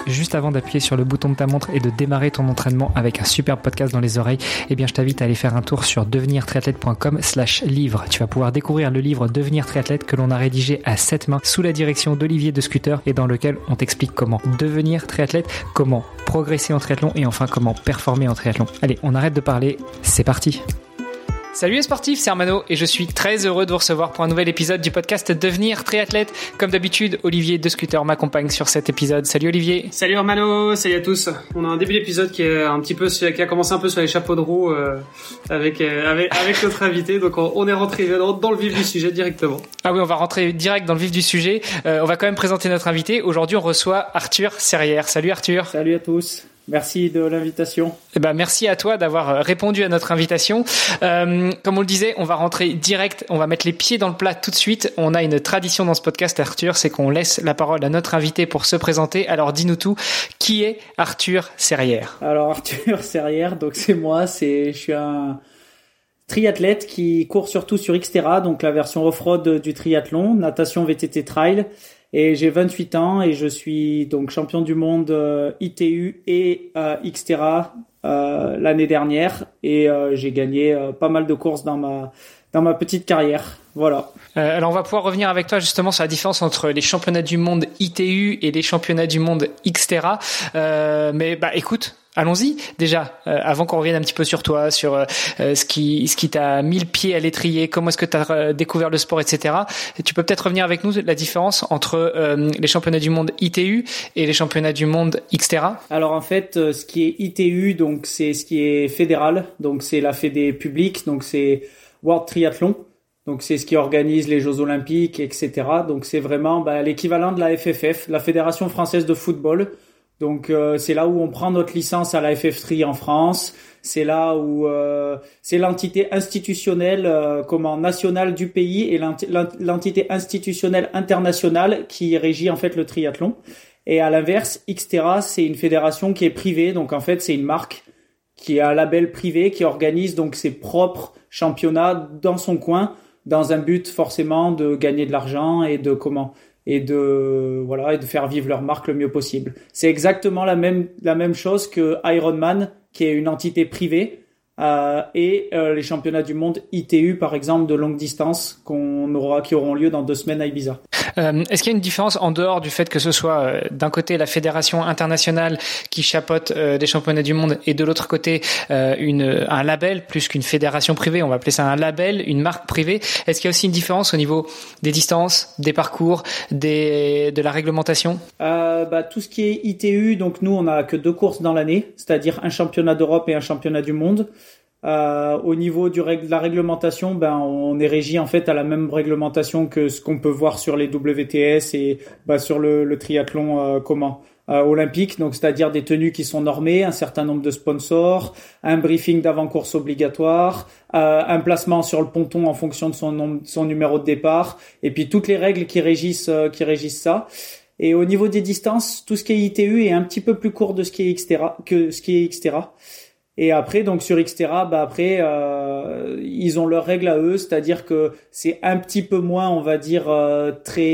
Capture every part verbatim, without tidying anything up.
juste avant d'appuyer sur le bouton de ta montre et de démarrer ton entraînement avec un super podcast dans les oreilles, eh bien je t'invite à aller faire un tour sur devenir triathlète point com slash livre. Tu vas pouvoir découvrir le livre Devenir triathlète que l'on a rédigé à sept mains sous la direction d'Olivier de Scooter et dans lequel on t'explique comment devenir triathlète, comment progresser en triathlon et enfin comment performer en triathlon. Allez, on arrête de parler, c'est parti. Salut les sportifs, c'est Armano et je suis très heureux de vous recevoir pour un nouvel épisode du podcast Devenir triathlète. Comme d'habitude, Olivier de Scooter m'accompagne sur cet épisode. Salut Olivier. Salut Armano, salut à tous. On a un début d'épisode qui est un petit peu, qui a commencé un peu sur les chapeaux de roue euh, avec, euh, avec avec notre invité. Donc on, on est rentré dans, dans le vif du sujet directement. Ah oui, on va rentrer direct dans le vif du sujet. Euh, on va quand même présenter notre invité. Aujourd'hui, on reçoit Arthur Serrière. Salut Arthur. Salut à tous. Merci de l'invitation. Eh ben, merci à toi d'avoir répondu à notre invitation. Euh, comme on le disait, on va rentrer direct, on va mettre les pieds dans le plat tout de suite. On a une tradition dans ce podcast, Arthur, c'est qu'on laisse la parole à notre invité pour se présenter. Alors, dis-nous tout. Qui est Arthur Serrière ? Alors, Arthur Serrière, donc c'est moi. C'est, je suis un triathlète qui court surtout sur Xterra, donc la version off-road du triathlon, natation V T T trail. Et j'ai vingt-huit ans et je suis donc champion du monde euh, I T U et euh, Xterra euh, l'année dernière et euh, j'ai gagné euh, pas mal de courses dans ma dans ma petite carrière. Voilà. Euh, alors on va pouvoir revenir avec toi justement sur la différence entre les championnats du monde I T U et les championnats du monde Xterra. Euh, mais bah écoute. Allons-y déjà, euh, avant qu'on revienne un petit peu sur toi, sur euh, ce qui ce qui t'a mis le pied à l'étrier, comment est-ce que tu as euh, découvert le sport, et cetera. Et tu peux peut-être revenir avec nous la différence entre euh, les championnats du monde I T U et les championnats du monde Xterra. Alors en fait, euh, ce qui est I T U, donc c'est ce qui est fédéral, donc c'est la fédé publique, donc c'est World Triathlon. Donc c'est ce qui organise les Jeux Olympiques, et cetera. Donc c'est vraiment bah, l'équivalent de la F F F, la Fédération française de football. Donc euh, c'est là où on prend notre licence à la F F trois en France. C'est là où euh, c'est l'entité institutionnelle euh, comment nationale du pays et l'entité institutionnelle internationale qui régit en fait le triathlon. Et à l'inverse, Xterra, c'est une fédération qui est privée. Donc en fait, c'est une marque qui a un label privé qui organise donc ses propres championnats dans son coin, dans un but forcément de gagner de l'argent et de comment et de voilà et de faire vivre leur marque le mieux possible. C'est exactement la même la même chose que Ironman, qui est une entité privée, euh, et euh, les championnats du monde I T U par exemple de longue distance qu'on aura qui auront lieu dans deux semaines à Ibiza. Euh, est-ce qu'il y a une différence en dehors du fait que ce soit euh, d'un côté la fédération internationale qui chapeaute euh, des championnats du monde et de l'autre côté euh, une un label plus qu'une fédération privée, on va appeler ça un label, une marque privée. Est-ce qu'il y a aussi une différence au niveau des distances, des parcours, des de la réglementation ? euh, bah, Tout ce qui est I T U, donc nous on a que deux courses dans l'année, c'est-à-dire un championnat d'Europe et un championnat du monde. Euh, au niveau du règle, de la réglementation, ben on est régi en fait à la même réglementation que ce qu'on peut voir sur les W T S et bah, sur le, le triathlon euh, comment euh, olympique. Donc c'est-à-dire des tenues qui sont normées, un certain nombre de sponsors, un briefing d'avant-course obligatoire, euh, un placement sur le ponton en fonction de son nom, son numéro de départ, et puis toutes les règles qui régissent euh, qui régissent ça. Et au niveau des distances, tout ce qui est I T U est un petit peu plus court de ce qui est Xterra que ce qui est Xterra. Et après, donc sur Xterra, bah après, euh, ils ont leurs règles à eux, c'est-à-dire que c'est un petit peu moins, on va dire, euh,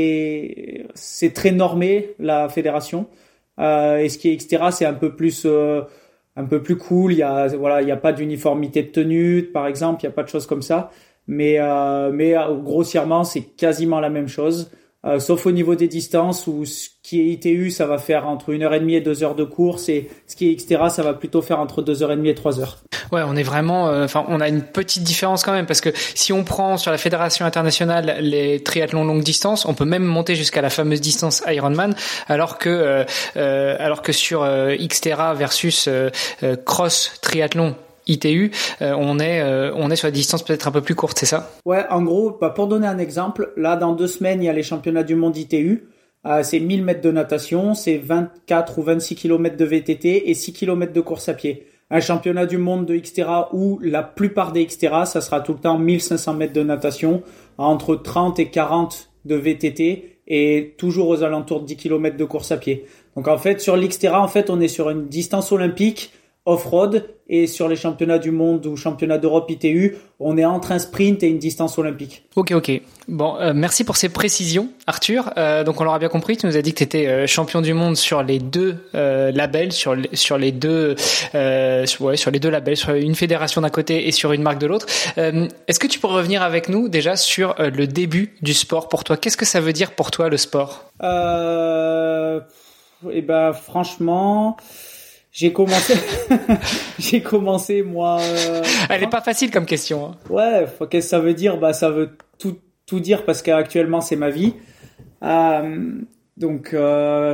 très, c'est très normé la fédération. Euh, et ce qui est Xterra, c'est un peu plus, euh, un peu plus cool. Il y a, voilà, il y a pas d'uniformité de tenue, par exemple, il y a pas de choses comme ça. Mais, euh, mais euh, grossièrement, c'est quasiment la même chose. Euh, sauf au niveau des distances où ce qui est I T U, ça va faire entre une heure et demie et deux heures de course, et ce qui est Xterra, ça va plutôt faire entre deux heures et demie et trois heures. Ouais, on est vraiment, enfin, euh, on a une petite différence quand même, parce que si on prend sur la fédération internationale les triathlons longue distance, on peut même monter jusqu'à la fameuse distance Ironman, alors que euh, euh, alors que sur euh, Xterra versus euh, euh, cross triathlon I T U, euh, on est euh, on est sur des distances peut-être un peu plus courtes, c'est ça ? Ouais, en gros, bah, pour donner un exemple, là dans deux semaines, il y a les championnats du monde I T U. Euh, c'est mille mètres de natation, c'est vingt-quatre ou vingt-six kilomètres de V T T et six kilomètres de course à pied. Un championnat du monde de Xterra où la plupart des Xterra, ça sera tout le temps mille cinq cents mètres de natation, entre trente et quarante de V T T et toujours aux alentours de dix kilomètres de course à pied. Donc en fait, sur l'Xterra, en fait, on est sur une distance olympique off-road, et sur les championnats du monde ou championnats d'Europe I T U, on est entre un sprint et une distance olympique. Ok, ok. Bon, euh, merci pour ces précisions, Arthur. Euh, donc on l'aura bien compris, tu nous as dit que tu étais euh, champion du monde sur les deux euh, labels, sur les, sur les deux, euh, sur, ouais, sur les deux labels, sur une fédération d'un côté et sur une marque de l'autre. Euh, est-ce que tu pourrais revenir avec nous déjà sur euh, le début du sport pour toi? Qu'est-ce que ça veut dire pour toi le sport? Euh, et ben franchement. J'ai commencé, j'ai commencé moi. Euh... Elle est pas facile comme question. Hein. Ouais, qu'est-ce que ça veut dire? Bah, ça veut tout tout dire parce qu'actuellement c'est ma vie. Euh, donc euh,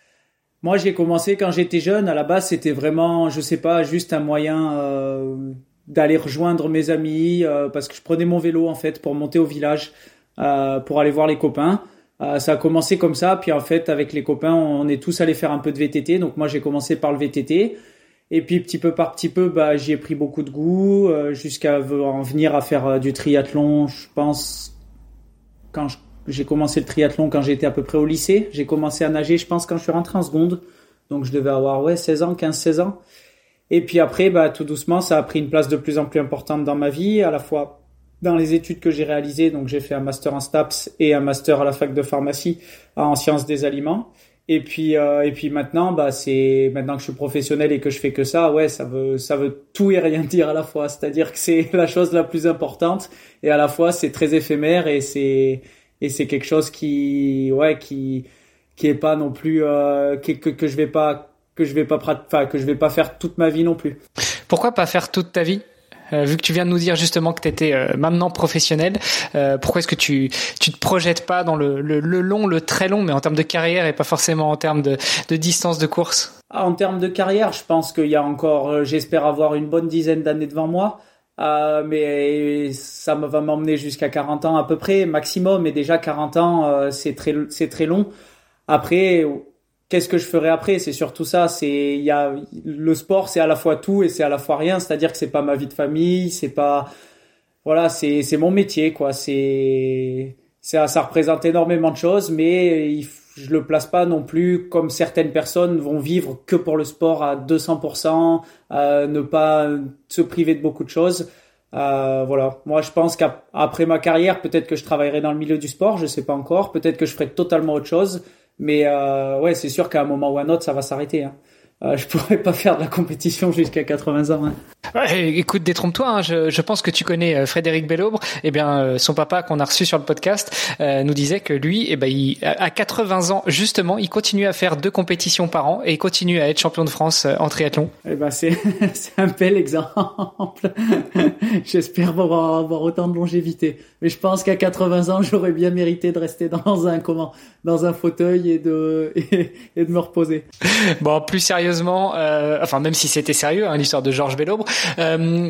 moi j'ai commencé quand j'étais jeune. À la base c'était vraiment, je sais pas, juste un moyen euh, d'aller rejoindre mes amis euh, parce que je prenais mon vélo en fait pour monter au village euh, pour aller voir les copains. Euh, ça a commencé comme ça, puis en fait avec les copains on est tous allés faire un peu de V T T, donc moi j'ai commencé par le V T T et puis petit peu par petit peu bah, j'y ai pris beaucoup de goût euh, jusqu'à en venir à faire euh, du triathlon. Je pense quand je, j'ai commencé le triathlon quand j'étais à peu près au lycée, j'ai commencé à nager je pense quand je suis rentré en seconde, donc je devais avoir ouais seize ans, quinze seize ans, et puis après bah, tout doucement ça a pris une place de plus en plus importante dans ma vie, à la fois dans les études que j'ai réalisées, donc j'ai fait un master en STAPS et un master à la fac de pharmacie en sciences des aliments. Et puis euh, et puis maintenant, bah c'est maintenant que je suis professionnel et que je fais que ça, ouais, ça veut ça veut tout et rien dire à la fois. C'est-à-dire que c'est la chose la plus importante et à la fois c'est très éphémère et c'est et c'est quelque chose qui ouais qui qui est pas non plus euh, que, que que je vais pas que je vais pas enfin que je vais pas faire toute ma vie non plus. Pourquoi pas faire toute ta vie? Euh, vu que tu viens de nous dire justement que tu étais euh, maintenant professionnel, euh, pourquoi est-ce que tu tu te projettes pas dans le, le, le long, le très long, mais en termes de carrière et pas forcément en termes de, de distance de course? Ah, en termes de carrière, je pense qu'il y a encore, euh, j'espère avoir une bonne dizaine d'années devant moi, euh, mais ça va m'emmener jusqu'à quarante ans à peu près, maximum, et déjà quarante ans, euh, c'est très, c'est très long. Après, qu'est-ce que je ferai après? C'est surtout ça. C'est, il y a, le sport, c'est à la fois tout et c'est à la fois rien. C'est-à-dire que c'est pas ma vie de famille, c'est pas, voilà, c'est, c'est mon métier, quoi. C'est, ça, ça représente énormément de choses, mais il, je le place pas non plus comme certaines personnes vont vivre que pour le sport à deux cents pour cent, euh, ne pas se priver de beaucoup de choses. Euh, voilà. Moi, je pense qu'après ma carrière, peut-être que je travaillerai dans le milieu du sport, je sais pas encore. Peut-être que je ferai totalement autre chose. Mais euh, ouais, c'est sûr qu'à un moment ou à un autre, ça va s'arrêter. Hein. Euh, je pourrais pas faire de la compétition jusqu'à quatre-vingts ans. Hein. Ouais, écoute, détrompe-toi. Hein, je, je pense que tu connais Frédéric Bellobre. Eh bien, euh, son papa qu'on a reçu sur le podcast euh, nous disait que lui, eh ben, il, à quatre-vingts ans, justement, il continue à faire deux compétitions par an et il continue à être champion de France en triathlon. Eh ben, c'est c'est un bel exemple. J'espère avoir, avoir autant de longévité. Mais je pense qu'à quatre-vingts ans, j'aurais bien mérité de rester dans un comment, dans un fauteuil et de et, et de me reposer. Bon, plus sérieusement, euh, enfin même si c'était sérieux, hein, l'histoire de Georges Bellobre. Euh,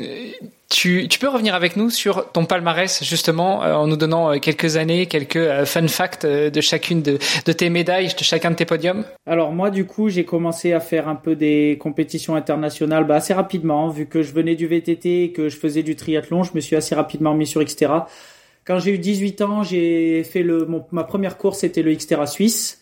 tu, tu peux revenir avec nous sur ton palmarès justement euh, en nous donnant euh, quelques années, quelques euh, fun facts euh, de chacune de, de tes médailles, de chacun de tes podiums. Alors moi du coup j'ai commencé à faire un peu des compétitions internationales bah, assez rapidement, vu que je venais du V T T et que je faisais du triathlon, je me suis assez rapidement mis sur Xterra. Quand j'ai eu dix-huit ans, j'ai fait le mon, ma première course, c'était le Xterra Suisse,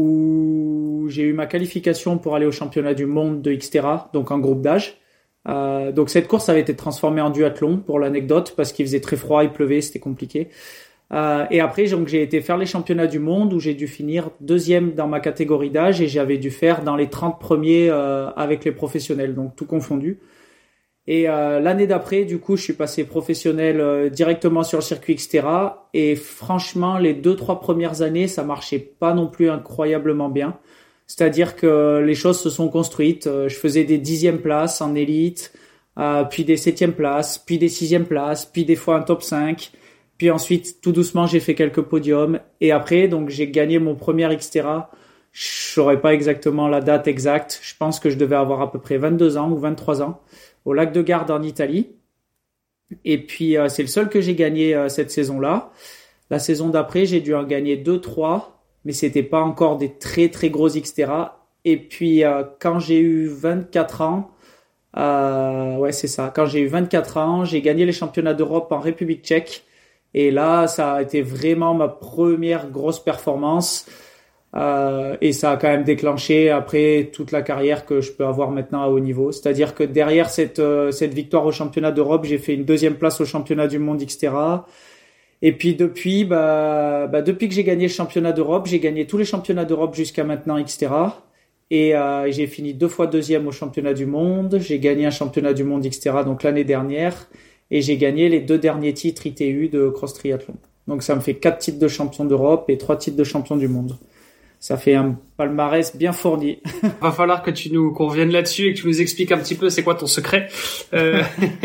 où j'ai eu ma qualification pour aller au championnat du monde de Xterra, donc en groupe d'âge. Euh, donc cette course avait été transformée en duathlon pour l'anecdote parce qu'il faisait très froid, il pleuvait, c'était compliqué. Euh, et après donc j'ai été faire les championnats du monde où j'ai dû finir deuxième dans ma catégorie d'âge et j'avais dû faire dans les trente premiers euh, avec les professionnels, donc tout confondu. Et euh, l'année d'après, du coup, je suis passé professionnel euh, directement sur le circuit Xterra et franchement, les deux trois premières années, ça marchait pas non plus incroyablement bien. C'est-à-dire que les choses se sont construites. Je faisais des dixièmes places en élite, euh, puis des septièmes places, puis des sixièmes places, puis des fois un top cinq. Puis ensuite, tout doucement, j'ai fait quelques podiums. Et après, donc, j'ai gagné mon premier Xterra. Je saurais pas exactement la date exacte. Je pense que je devais avoir à peu près vingt-deux ans ou vingt-trois ans au lac de Garde en Italie. Et puis, euh, c'est le seul que j'ai gagné euh, cette saison-là. La saison d'après, j'ai dû en gagner deux, trois. Mais c'était pas encore des très très gros Xterra. Et puis euh, quand j'ai eu vingt-quatre ans, euh, ouais c'est ça, quand j'ai eu vingt-quatre ans, j'ai gagné les championnats d'Europe en République tchèque. Et là, ça a été vraiment ma première grosse performance. Euh, et ça a quand même déclenché après toute la carrière que je peux avoir maintenant à haut niveau. C'est-à-dire que derrière cette euh, cette victoire au championnat d'Europe, j'ai fait une deuxième place au championnat du monde Xterra. Et puis depuis, bah, bah depuis que j'ai gagné le championnat d'Europe, j'ai gagné tous les championnats d'Europe jusqu'à maintenant Xterra. Et euh, j'ai fini deux fois deuxième au championnat du monde. J'ai gagné un championnat du monde Xterra donc l'année dernière. Et j'ai gagné les deux derniers titres I T U de cross triathlon. Donc ça me fait quatre titres de champion d'Europe et trois titres de champion du monde. Ça fait un palmarès bien fourni. Va falloir que tu nous qu'on revienne là-dessus et que tu nous expliques un petit peu c'est quoi ton secret, euh,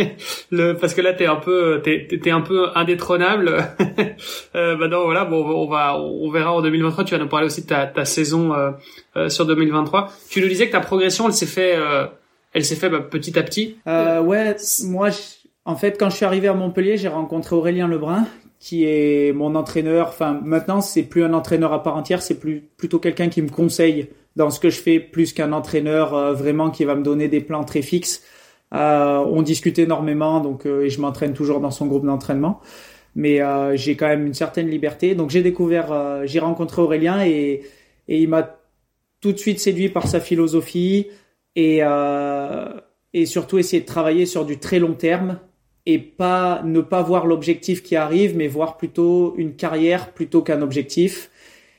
le, parce que là t'es un peu t'es t'es un peu indétrônable. euh, bah non voilà bon on va on verra en deux mille vingt-trois. Tu vas nous parler aussi de ta ta saison euh, euh, sur deux mille vingt-trois. Tu nous disais que ta progression elle s'est fait euh, elle s'est fait bah, petit à petit. Euh, ouais moi je, en fait quand je suis arrivé à Montpellier j'ai rencontré Aurélien Lebrun, qui est mon entraîneur. Enfin, maintenant, c'est plus un entraîneur à part entière, c'est plus, plutôt quelqu'un qui me conseille dans ce que je fais, plus qu'un entraîneur euh, vraiment qui va me donner des plans très fixes. Euh, on discute énormément, donc, euh, et je m'entraîne toujours dans son groupe d'entraînement. Mais euh, j'ai quand même une certaine liberté. Donc, j'ai découvert, euh, j'ai rencontré Aurélien et, et il m'a tout de suite séduit par sa philosophie et, euh, et surtout essayer de travailler sur du très long terme. Et pas ne pas voir l'objectif qui arrive, mais voir plutôt une carrière plutôt qu'un objectif.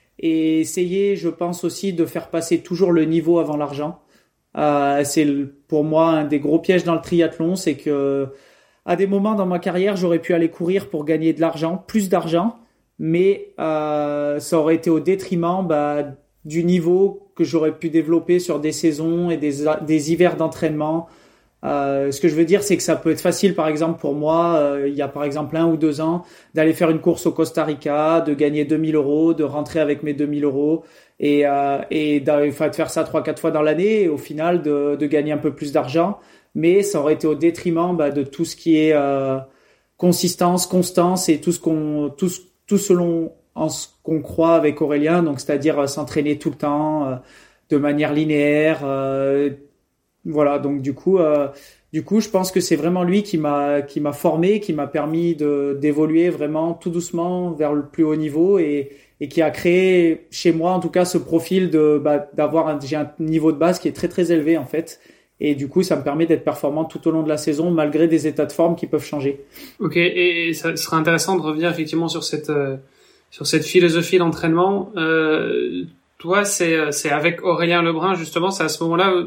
Et essayer, je pense aussi, de faire passer toujours le niveau avant l'argent. Euh, c'est le, pour moi un des gros pièges dans le triathlon, c'est que à des moments dans ma carrière, j'aurais pu aller courir pour gagner de l'argent, plus d'argent, mais euh, ça aurait été au détriment bah, du niveau que j'aurais pu développer sur des saisons et des, des hivers d'entraînement. Euh, ce que je veux dire, c'est que ça peut être facile, par exemple, pour moi, euh, il y a par exemple un ou deux ans, d'aller faire une course au Costa Rica, de gagner deux mille euros, de rentrer avec mes deux mille euros et, euh, et de faire ça trois, quatre fois dans l'année et au final de, de gagner un peu plus d'argent. Mais ça aurait été au détriment bah, de tout ce qui est euh, consistance, constance et tout ce qu'on, tout, tout selon en ce qu'on croit avec Aurélien, donc c'est-à-dire euh, s'entraîner tout le temps, euh, de manière linéaire. Euh, Voilà, donc du coup, euh, du coup, je pense que c'est vraiment lui qui m'a qui m'a formé, qui m'a permis de d'évoluer vraiment tout doucement vers le plus haut niveau et et qui a créé chez moi en tout cas ce profil de bah, d'avoir un, j'ai un niveau de base qui est très très élevé en fait. Et du coup, ça me permet d'être performant tout au long de la saison malgré des états de forme qui peuvent changer. Ok, et, et ça serait intéressant de revenir effectivement sur cette euh, sur cette philosophie d'entraînement. Euh, Toi, c'est c'est avec Aurélien Lebrun justement. C'est à ce moment-là,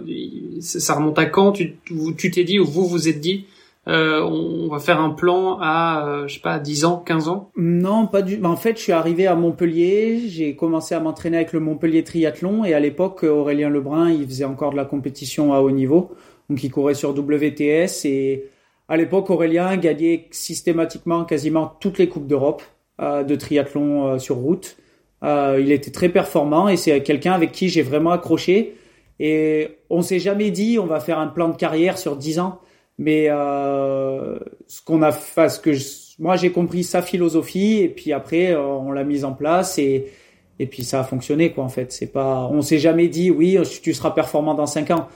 ça remonte à quand tu tu t'es dit ou vous vous êtes dit, euh, on va faire un plan à euh, je sais pas dix ans, quinze ans? Non, pas du. En fait, je suis arrivé à Montpellier. J'ai commencé à m'entraîner avec le Montpellier Triathlon et à l'époque, Aurélien Lebrun, il faisait encore de la compétition à haut niveau, donc il courait sur W T S et à l'époque, Aurélien gagnait systématiquement quasiment toutes les coupes d'Europe euh, de triathlon euh, sur route. Euh, il était très performant et c'est quelqu'un avec qui j'ai vraiment accroché. Et on s'est jamais dit on va faire un plan de carrière sur dix ans, mais euh, ce qu'on a fait, ce que je, moi j'ai compris sa philosophie et puis après on l'a mise en place et et puis ça a fonctionné quoi en fait. C'est pas, on s'est jamais dit oui tu seras performant dans cinq ans.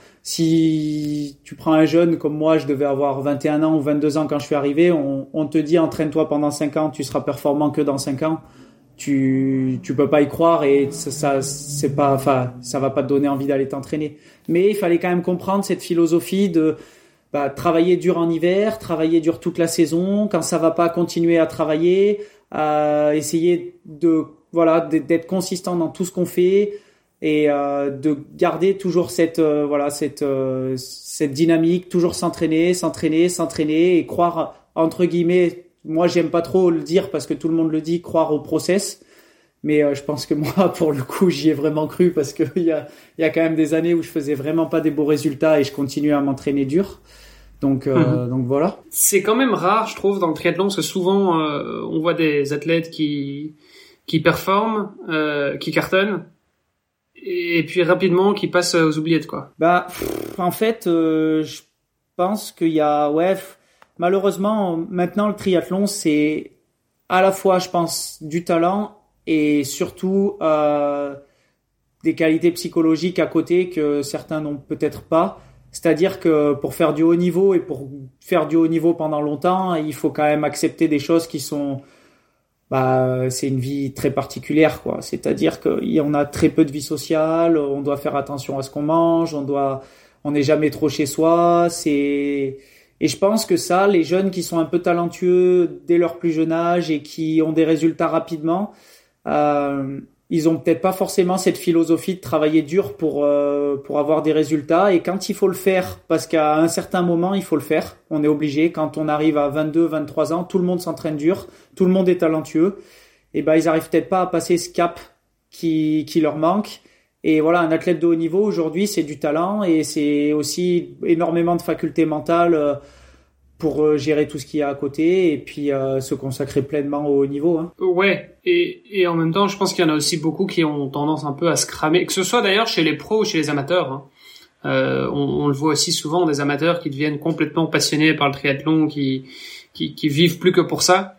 Si tu prends un jeune comme moi, je devais avoir vingt et un ans ou vingt-deux ans quand je suis arrivé, on, on te dit entraîne-toi pendant cinq ans, tu seras performant que dans cinq ans. Tu tu peux pas y croire et ça, ça c'est pas enfin ça va pas te donner envie d'aller t'entraîner. Mais il fallait quand même comprendre cette philosophie de bah, travailler dur en hiver, travailler dur toute la saison, quand ça va pas continuer à travailler, euh, essayer de voilà d'être consistant dans tout ce qu'on fait et euh, de garder toujours cette euh, voilà cette euh, cette dynamique, toujours s'entraîner, s'entraîner, s'entraîner et croire entre guillemets. Moi, j'aime pas trop le dire parce que tout le monde le dit, croire au process. Mais euh, je pense que moi, pour le coup, j'y ai vraiment cru parce que il y a, il y a quand même des années où je faisais vraiment pas des beaux résultats et je continuais à m'entraîner dur. Donc, euh, mmh. donc voilà. C'est quand même rare, je trouve, dans le triathlon, parce que souvent, euh, on voit des athlètes qui qui performent, euh, qui cartonnent, et puis rapidement qui passent aux oubliettes, quoi. Bah, pff, en fait, euh, je pense qu'il y a, ouais. Malheureusement, maintenant, le triathlon, c'est à la fois, je pense, du talent et surtout euh, des qualités psychologiques à côté que certains n'ont peut-être pas. C'est-à-dire que pour faire du haut niveau et pour faire du haut niveau pendant longtemps, il faut quand même accepter des choses qui sont bah c'est une vie très particulière, quoi. C'est-à-dire qu'on a très peu de vie sociale, on doit faire attention à ce qu'on mange, on doit, on n'est jamais trop chez soi. C'est Et je pense que ça, les jeunes qui sont un peu talentueux dès leur plus jeune âge et qui ont des résultats rapidement, euh, ils ont peut-être pas forcément cette philosophie de travailler dur pour euh, pour avoir des résultats. Et quand il faut le faire, parce qu'à un certain moment il faut le faire, on est obligé. Quand on arrive à vingt-deux, vingt-trois ans, tout le monde s'entraîne dur, tout le monde est talentueux. Et ben ils arrivent peut-être pas à passer ce cap qui qui leur manque. Et voilà, un athlète de haut niveau aujourd'hui, c'est du talent et c'est aussi énormément de facultés mentales pour gérer tout ce qu'il y a à côté et puis euh, se consacrer pleinement au haut niveau. Hein. Ouais, et, et en même temps, je pense qu'il y en a aussi beaucoup qui ont tendance un peu à se cramer, que ce soit d'ailleurs chez les pros ou chez les amateurs. Hein. Euh, on, on le voit aussi souvent, des amateurs qui deviennent complètement passionnés par le triathlon, qui, qui, qui vivent plus que pour ça.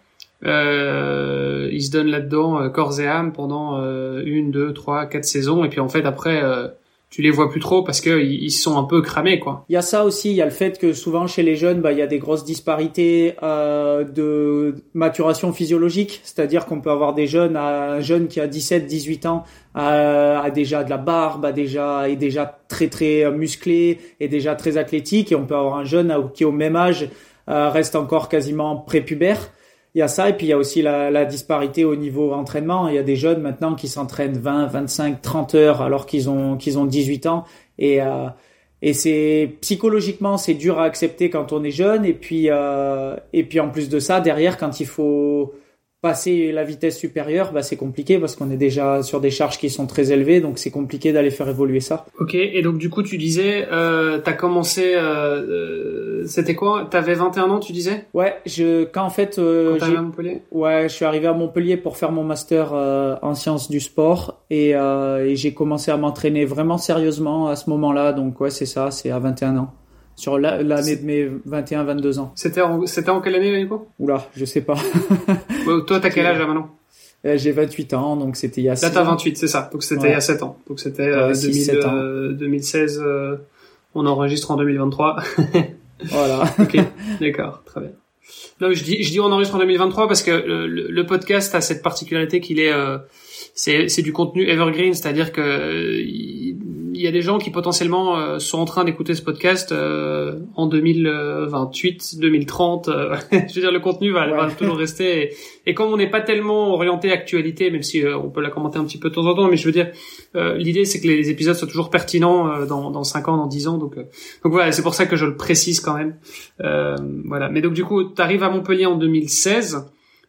Euh, ils se donnent là-dedans euh, corps et âme pendant euh, une, deux, trois, quatre saisons, et puis en fait après... Euh, tu les vois plus trop parce que ils sont un peu cramés, quoi. Il y a ça aussi, il y a le fait que souvent chez les jeunes, bah il y a des grosses disparités euh, de maturation physiologique, c'est-à-dire qu'on peut avoir des jeunes, un jeune qui a dix-sept, dix-huit ans, a, a déjà de la barbe, a déjà est déjà très très musclé, est déjà très athlétique, et on peut avoir un jeune qui au même âge euh, reste encore quasiment prépubère. Il y a ça, et puis il y a aussi la, la disparité au niveau entraînement. Il y a des jeunes maintenant qui s'entraînent vingt, vingt-cinq, trente heures alors qu'ils ont qu'ils ont dix-huit ans, et euh, et c'est psychologiquement c'est dur à accepter quand on est jeune, et puis euh, et puis en plus de ça, derrière, quand il faut passer la vitesse supérieure, bah c'est compliqué parce qu'on est déjà sur des charges qui sont très élevées, donc c'est compliqué d'aller faire évoluer ça. Ok, et donc du coup tu disais, euh, t'as commencé, euh, euh, c'était quoi? T'avais vingt et un ans, tu disais? Ouais, je quand en fait, euh, quand t'arrives à Montpellier. Ouais, je suis arrivé à Montpellier pour faire mon master euh, en sciences du sport, et, euh, et j'ai commencé à m'entraîner vraiment sérieusement à ce moment-là. Donc ouais, c'est ça, c'est à vingt et un ans. Sur la, l'année c'est... de mes vingt et un vingt-deux ans. C'était en, c'était en quelle année, Nico? Oula, je sais pas. Ouais, toi, t'as quel âge là maintenant? euh, J'ai vingt-huit ans, donc c'était il y a six ans. Là, t'as vingt-huit, c'est ça. Donc c'était ouais. Il y a sept ans. Donc c'était euh, ouais, six, deux mille, euh, deux mille seize, euh, on enregistre en deux mille vingt-trois. Voilà. Ok, d'accord, très bien. Non, je dis, je dis on enregistre en deux mille vingt-trois parce que le, le, le podcast a cette particularité qu'il est, euh, c'est, c'est du contenu evergreen, c'est-à-dire que euh, il y a des gens qui potentiellement euh, sont en train d'écouter ce podcast euh, en deux mille vingt-huit, deux mille trente. Euh, je veux dire, le contenu va, ouais. va toujours rester. Et, et comme on n'est pas tellement orienté actualité, même si euh, on peut la commenter un petit peu de temps en temps, mais je veux dire, euh, l'idée c'est que les épisodes soient toujours pertinents euh, dans, dans cinq ans, dans dix ans. Donc, euh, donc voilà, c'est pour ça que je le précise quand même. Euh, voilà. Mais donc du coup, t'arrives à Montpellier en deux mille seize.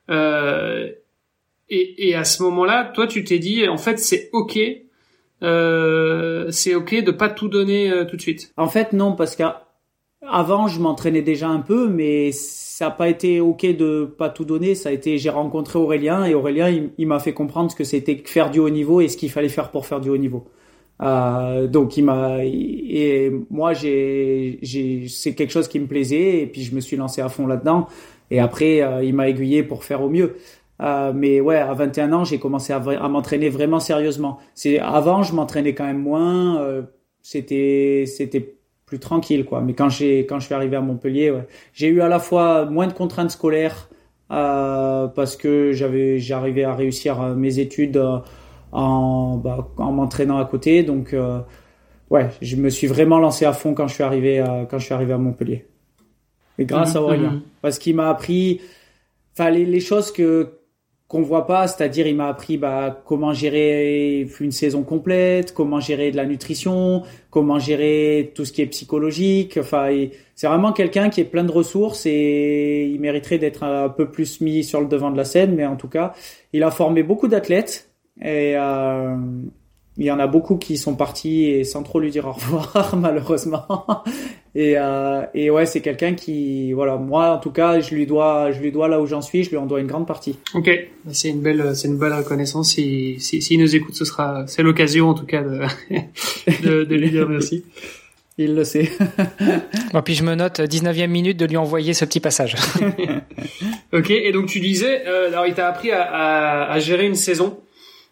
Euh, et, et à ce moment-là, toi, tu t'es dit, en fait, c'est ok. Euh, c'est ok de pas tout donner euh, tout de suite. En fait, non, parce qu'avant, je m'entraînais déjà un peu, mais ça n'a pas été ok de pas tout donner. Ça a été, j'ai rencontré Aurélien, et Aurélien, il, il m'a fait comprendre ce que c'était faire du haut niveau et ce qu'il fallait faire pour faire du haut niveau. Euh, donc il m'a, et moi, j'ai, j'ai, c'est quelque chose qui me plaisait, et puis je me suis lancé à fond là-dedans. Et après, euh, il m'a aiguillé pour faire au mieux. Euh, mais ouais, à vingt et un ans, j'ai commencé à, à m'entraîner vraiment sérieusement. C'est avant, je m'entraînais quand même moins. Euh, c'était c'était plus tranquille, quoi. Mais quand j'ai quand je suis arrivé à Montpellier, ouais, j'ai eu à la fois moins de contraintes scolaires euh, parce que j'avais j'arrivais à réussir mes études euh, en bah, en m'entraînant à côté. Donc euh, ouais, je me suis vraiment lancé à fond quand je suis arrivé à, quand je suis arrivé à Montpellier. Et grâce mmh, à Aurélien, mmh. parce qu'il m'a appris, enfin les, les choses que qu'on voit pas, c'est-à-dire il m'a appris bah comment gérer une saison complète, comment gérer de la nutrition, comment gérer tout ce qui est psychologique. Enfin, il, c'est vraiment quelqu'un qui est plein de ressources, et il mériterait d'être un peu plus mis sur le devant de la scène. Mais en tout cas, il a formé beaucoup d'athlètes, et euh, il y en a beaucoup qui sont partis et sans trop lui dire au revoir, malheureusement. Et, euh, et ouais, c'est quelqu'un qui, voilà, moi en tout cas, je lui dois, je lui dois là où j'en suis, je lui en dois une grande partie. Ok, c'est une belle, c'est une belle reconnaissance. Si, si, s'il nous écoute, ce sera, c'est l'occasion en tout cas de, de, de lui dire merci. Il le sait. Bon, puis je me note dix-neuvième minute de lui envoyer ce petit passage. Ok, et donc tu disais, euh, alors il t'a appris à, à, à gérer une saison.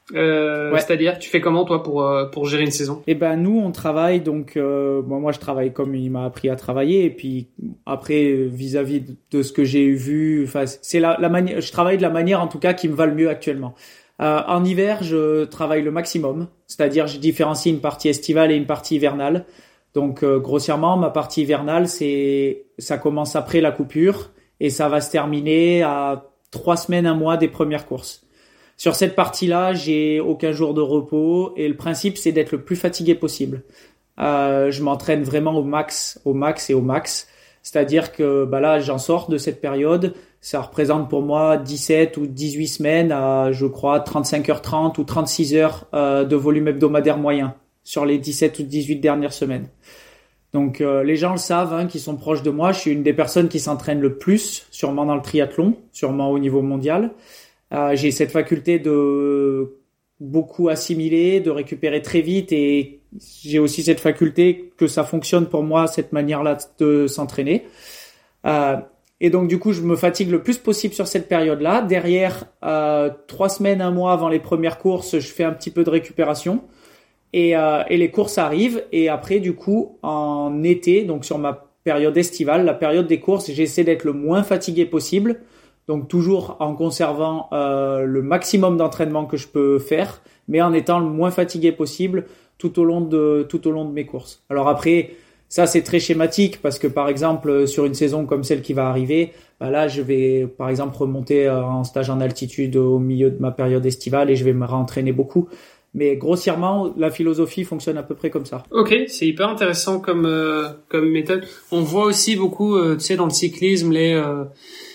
Euh, Ouais. C'est-à-dire, tu fais comment toi pour euh, pour gérer une saison? Eh ben nous on travaille donc euh, bon, moi je travaille comme il m'a appris à travailler et puis après euh, vis-à-vis de, de ce que j'ai vu, enfin c'est la, la manière, je travaille de la manière en tout cas qui me va le mieux actuellement. Euh, en hiver je travaille le maximum, c'est-à-dire je différencie une partie estivale et une partie hivernale. Donc euh, grossièrement ma partie hivernale c'est ça commence après la coupure et ça va se terminer à trois semaines, un mois des premières courses. Sur cette partie-là, j'ai aucun jour de repos et le principe c'est d'être le plus fatigué possible. Euh, je m'entraîne vraiment au max, au max et au max. C'est-à-dire que bah là, j'en sors de cette période. Ça représente pour moi dix-sept ou dix-huit semaines à, je crois, trente-cinq heures trente ou trente-six heures euh, de volume hebdomadaire moyen sur les dix-sept ou dix-huit dernières semaines. Donc euh, les gens le savent, hein, qui sont proches de moi. Je suis une des personnes qui s'entraîne le plus, sûrement dans le triathlon, sûrement au niveau mondial. Euh, j'ai cette faculté de beaucoup assimiler, de récupérer très vite et j'ai aussi cette faculté que ça fonctionne pour moi, cette manière-là de s'entraîner. Euh, et donc du coup, je me fatigue le plus possible sur cette période-là. Derrière, euh, trois semaines, un mois avant les premières courses, je fais un petit peu de récupération et, euh, et les courses arrivent. Et après, du coup, en été, donc sur ma période estivale, la période des courses, j'essaie d'être le moins fatigué possible. Donc toujours en conservant euh, le maximum d'entraînement que je peux faire, mais en étant le moins fatigué possible tout au long de tout au long de mes courses. Alors après, ça c'est très schématique parce que par exemple sur une saison comme celle qui va arriver, bah là je vais par exemple remonter en stage en altitude au milieu de ma période estivale et je vais me réentraîner beaucoup. Mais grossièrement, la philosophie fonctionne à peu près comme ça. Ok, c'est hyper intéressant comme euh, comme méthode. On voit aussi beaucoup, euh, tu sais, dans le cyclisme les euh,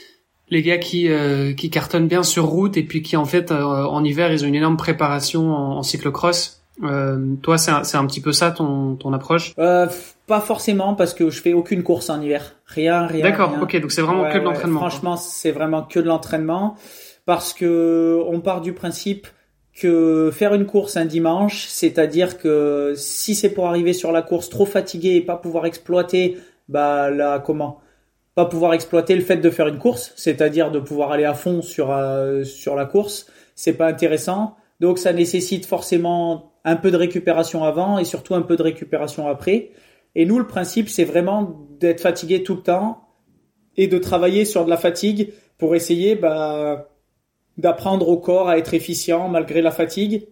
les gars qui euh, qui cartonnent bien sur route et puis qui en fait euh, en hiver ils ont une énorme préparation en, en cyclocross. Euh, toi c'est un, c'est un petit peu ça ton ton approche? Euh, pas forcément parce que je fais aucune course en hiver, rien, rien. D'accord, rien. ok, donc c'est vraiment ouais, que de ouais, l'entraînement. Franchement, quoi. C'est vraiment que de l'entraînement parce que on part du principe que faire une course un dimanche, c'est-à-dire que si c'est pour arriver sur la course trop fatigué et pas pouvoir exploiter, bah là comment? Pas pouvoir exploiter le fait de faire une course, c'est-à-dire de pouvoir aller à fond sur euh, sur la course, c'est pas intéressant. Donc ça nécessite forcément un peu de récupération avant et surtout un peu de récupération après. Et nous le principe c'est vraiment d'être fatigué tout le temps et de travailler sur de la fatigue pour essayer bah d'apprendre au corps à être efficient malgré la fatigue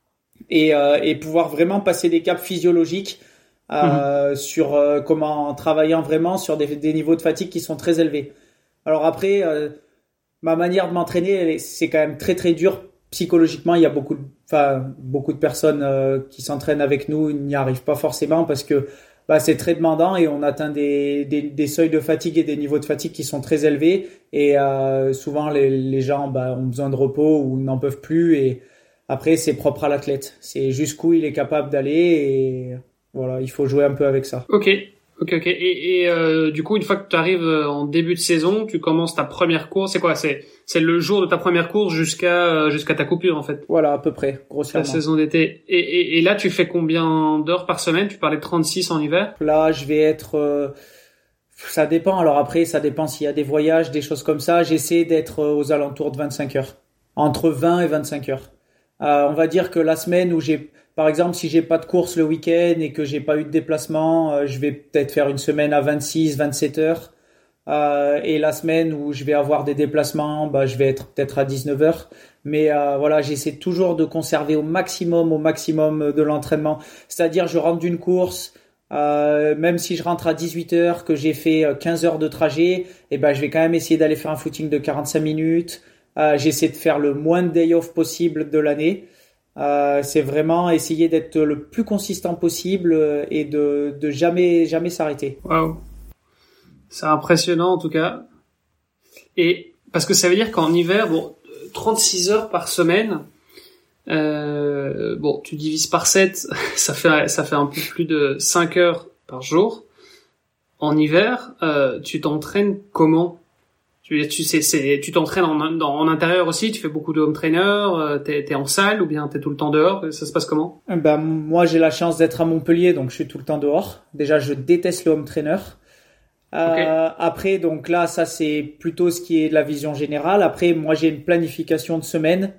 et euh, et pouvoir vraiment passer des caps physiologiques. Euh, mmh. sur euh, comment en travaillant vraiment sur des, des niveaux de fatigue qui sont très élevés. Alors après, euh, ma manière de m'entraîner, elle est, c'est quand même très très dur psychologiquement. Il y a beaucoup, de, enfin beaucoup de personnes euh, qui s'entraînent avec nous n'y arrivent pas forcément parce que bah, c'est très demandant et on atteint des, des, des seuils de fatigue et des niveaux de fatigue qui sont très élevés et euh, souvent les, les gens bah, ont besoin de repos ou n'en peuvent plus et après c'est propre à l'athlète. C'est jusqu'où il est capable d'aller et voilà, il faut jouer un peu avec ça. Ok, ok, ok. Et, et euh, du coup, une fois que tu arrives en début de saison, tu commences ta première course. C'est quoi? C'est c'est le jour de ta première course jusqu'à jusqu'à ta coupure en fait. Voilà, à peu près, grossièrement. La saison d'été. Et, et, et là, tu fais combien d'heures par semaine? Tu parlais de trente-six en hiver. Là, je vais être. Euh, ça dépend. Alors après, ça dépend s'il y a des voyages, des choses comme ça. J'essaie d'être aux alentours de vingt-cinq heures, entre vingt et vingt-cinq heures. Euh, on va dire que la semaine où j'ai Par exemple, si j'ai pas de course le week-end et que j'ai pas eu de déplacement, euh, je vais peut-être faire une semaine à vingt-six, vingt-sept heures. Euh, et la semaine où je vais avoir des déplacements, bah, je vais être peut-être à dix-neuf heures. Mais euh, voilà, j'essaie toujours de conserver au maximum, au maximum de l'entraînement. C'est-à-dire, je rentre d'une course, euh, même si je rentre à dix-huit heures, que j'ai fait quinze heures de trajet, et ben, je vais quand même essayer d'aller faire un footing de quarante-cinq minutes. Euh, j'essaie de faire le moins de day off possible de l'année. Euh, c'est vraiment essayer d'être le plus consistant possible et de, de jamais, jamais s'arrêter. Waouh. C'est impressionnant, en tout cas. Et, parce que ça veut dire qu'en hiver, bon, trente-six heures par semaine, euh, bon, tu divises par sept, ça fait, ça fait un peu plus de cinq heures par jour. En hiver, euh, tu t'entraînes comment? Tu, tu sais, c'est, tu t'entraînes en, en, en intérieur aussi, tu fais beaucoup de home trainer, euh, t'es, t'es en salle ou bien t'es tout le temps dehors, ça se passe comment? Ben, moi, j'ai la chance d'être à Montpellier, donc je suis tout le temps dehors. Déjà, je déteste le home trainer. Euh, okay. Après, donc là, ça, c'est plutôt ce qui est de la vision générale. Après, moi, j'ai une planification de semaine.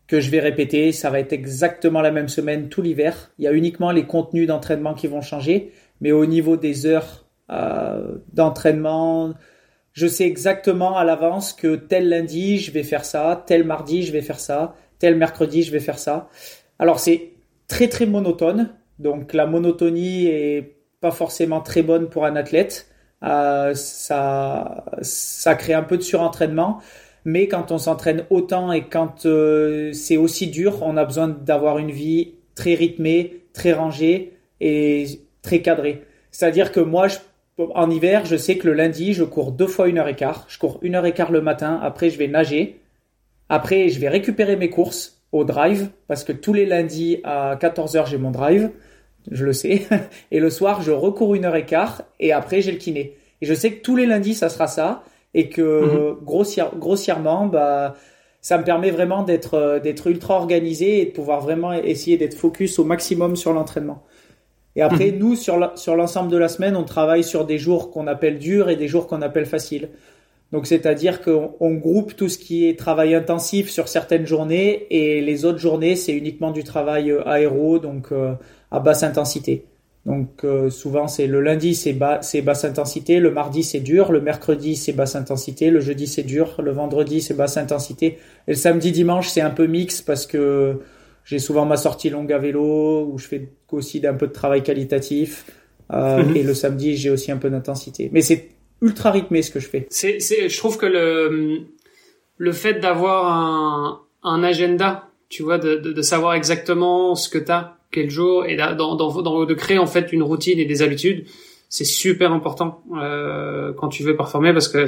que je vais répéter. Ça va être exactement la même semaine tout l'hiver. Il y a uniquement les contenus d'entraînement qui vont changer, mais au niveau des heures euh, d'entraînement, je sais exactement à l'avance que tel lundi, je vais faire ça, tel mardi, je vais faire ça, tel mercredi, je vais faire ça. Alors, c'est très, très monotone. Donc, la monotonie est pas forcément très bonne pour un athlète. Euh, ça, ça crée un peu de surentraînement. Mais quand on s'entraîne autant et quand euh, c'est aussi dur, on a besoin d'avoir une vie très rythmée, très rangée et très cadrée. C'est-à-dire que moi, je, en hiver, je sais que le lundi, je cours deux fois une heure et quart. Je cours une heure et quart le matin. Après, je vais nager. Après, je vais récupérer mes courses au drive parce que tous les lundis à quatorze heures, j'ai mon drive. Je le sais. Et le soir, je recours une heure et quart et après, j'ai le kiné. Et je sais que tous les lundis, ça sera ça. Et que mmh. grossière, grossièrement, bah, ça me permet vraiment d'être, d'être ultra organisé et de pouvoir vraiment essayer d'être focus au maximum sur l'entraînement. Et après, mmh. nous, sur, la, sur l'ensemble de la semaine, on travaille sur des jours qu'on appelle durs et des jours qu'on appelle faciles. Donc, c'est-à-dire qu'on on groupe tout ce qui est travail intensif sur certaines journées et les autres journées, c'est uniquement du travail aéro, donc euh, à basse intensité. Donc euh, souvent c'est le lundi c'est bas c'est basse intensité, le mardi c'est dur, le mercredi c'est basse intensité, le jeudi c'est dur, le vendredi c'est basse intensité et le samedi dimanche c'est un peu mix parce que j'ai souvent ma sortie longue à vélo où je fais aussi un peu de travail qualitatif euh, mmh. et le samedi j'ai aussi un peu d'intensité. Mais c'est ultra rythmé ce que je fais. C'est c'est je trouve que le le fait d'avoir un un agenda, tu vois, de de, de savoir exactement ce que t'as quel jour et dans, dans, dans, de créer en fait une routine et des habitudes, c'est super important euh, quand tu veux performer parce que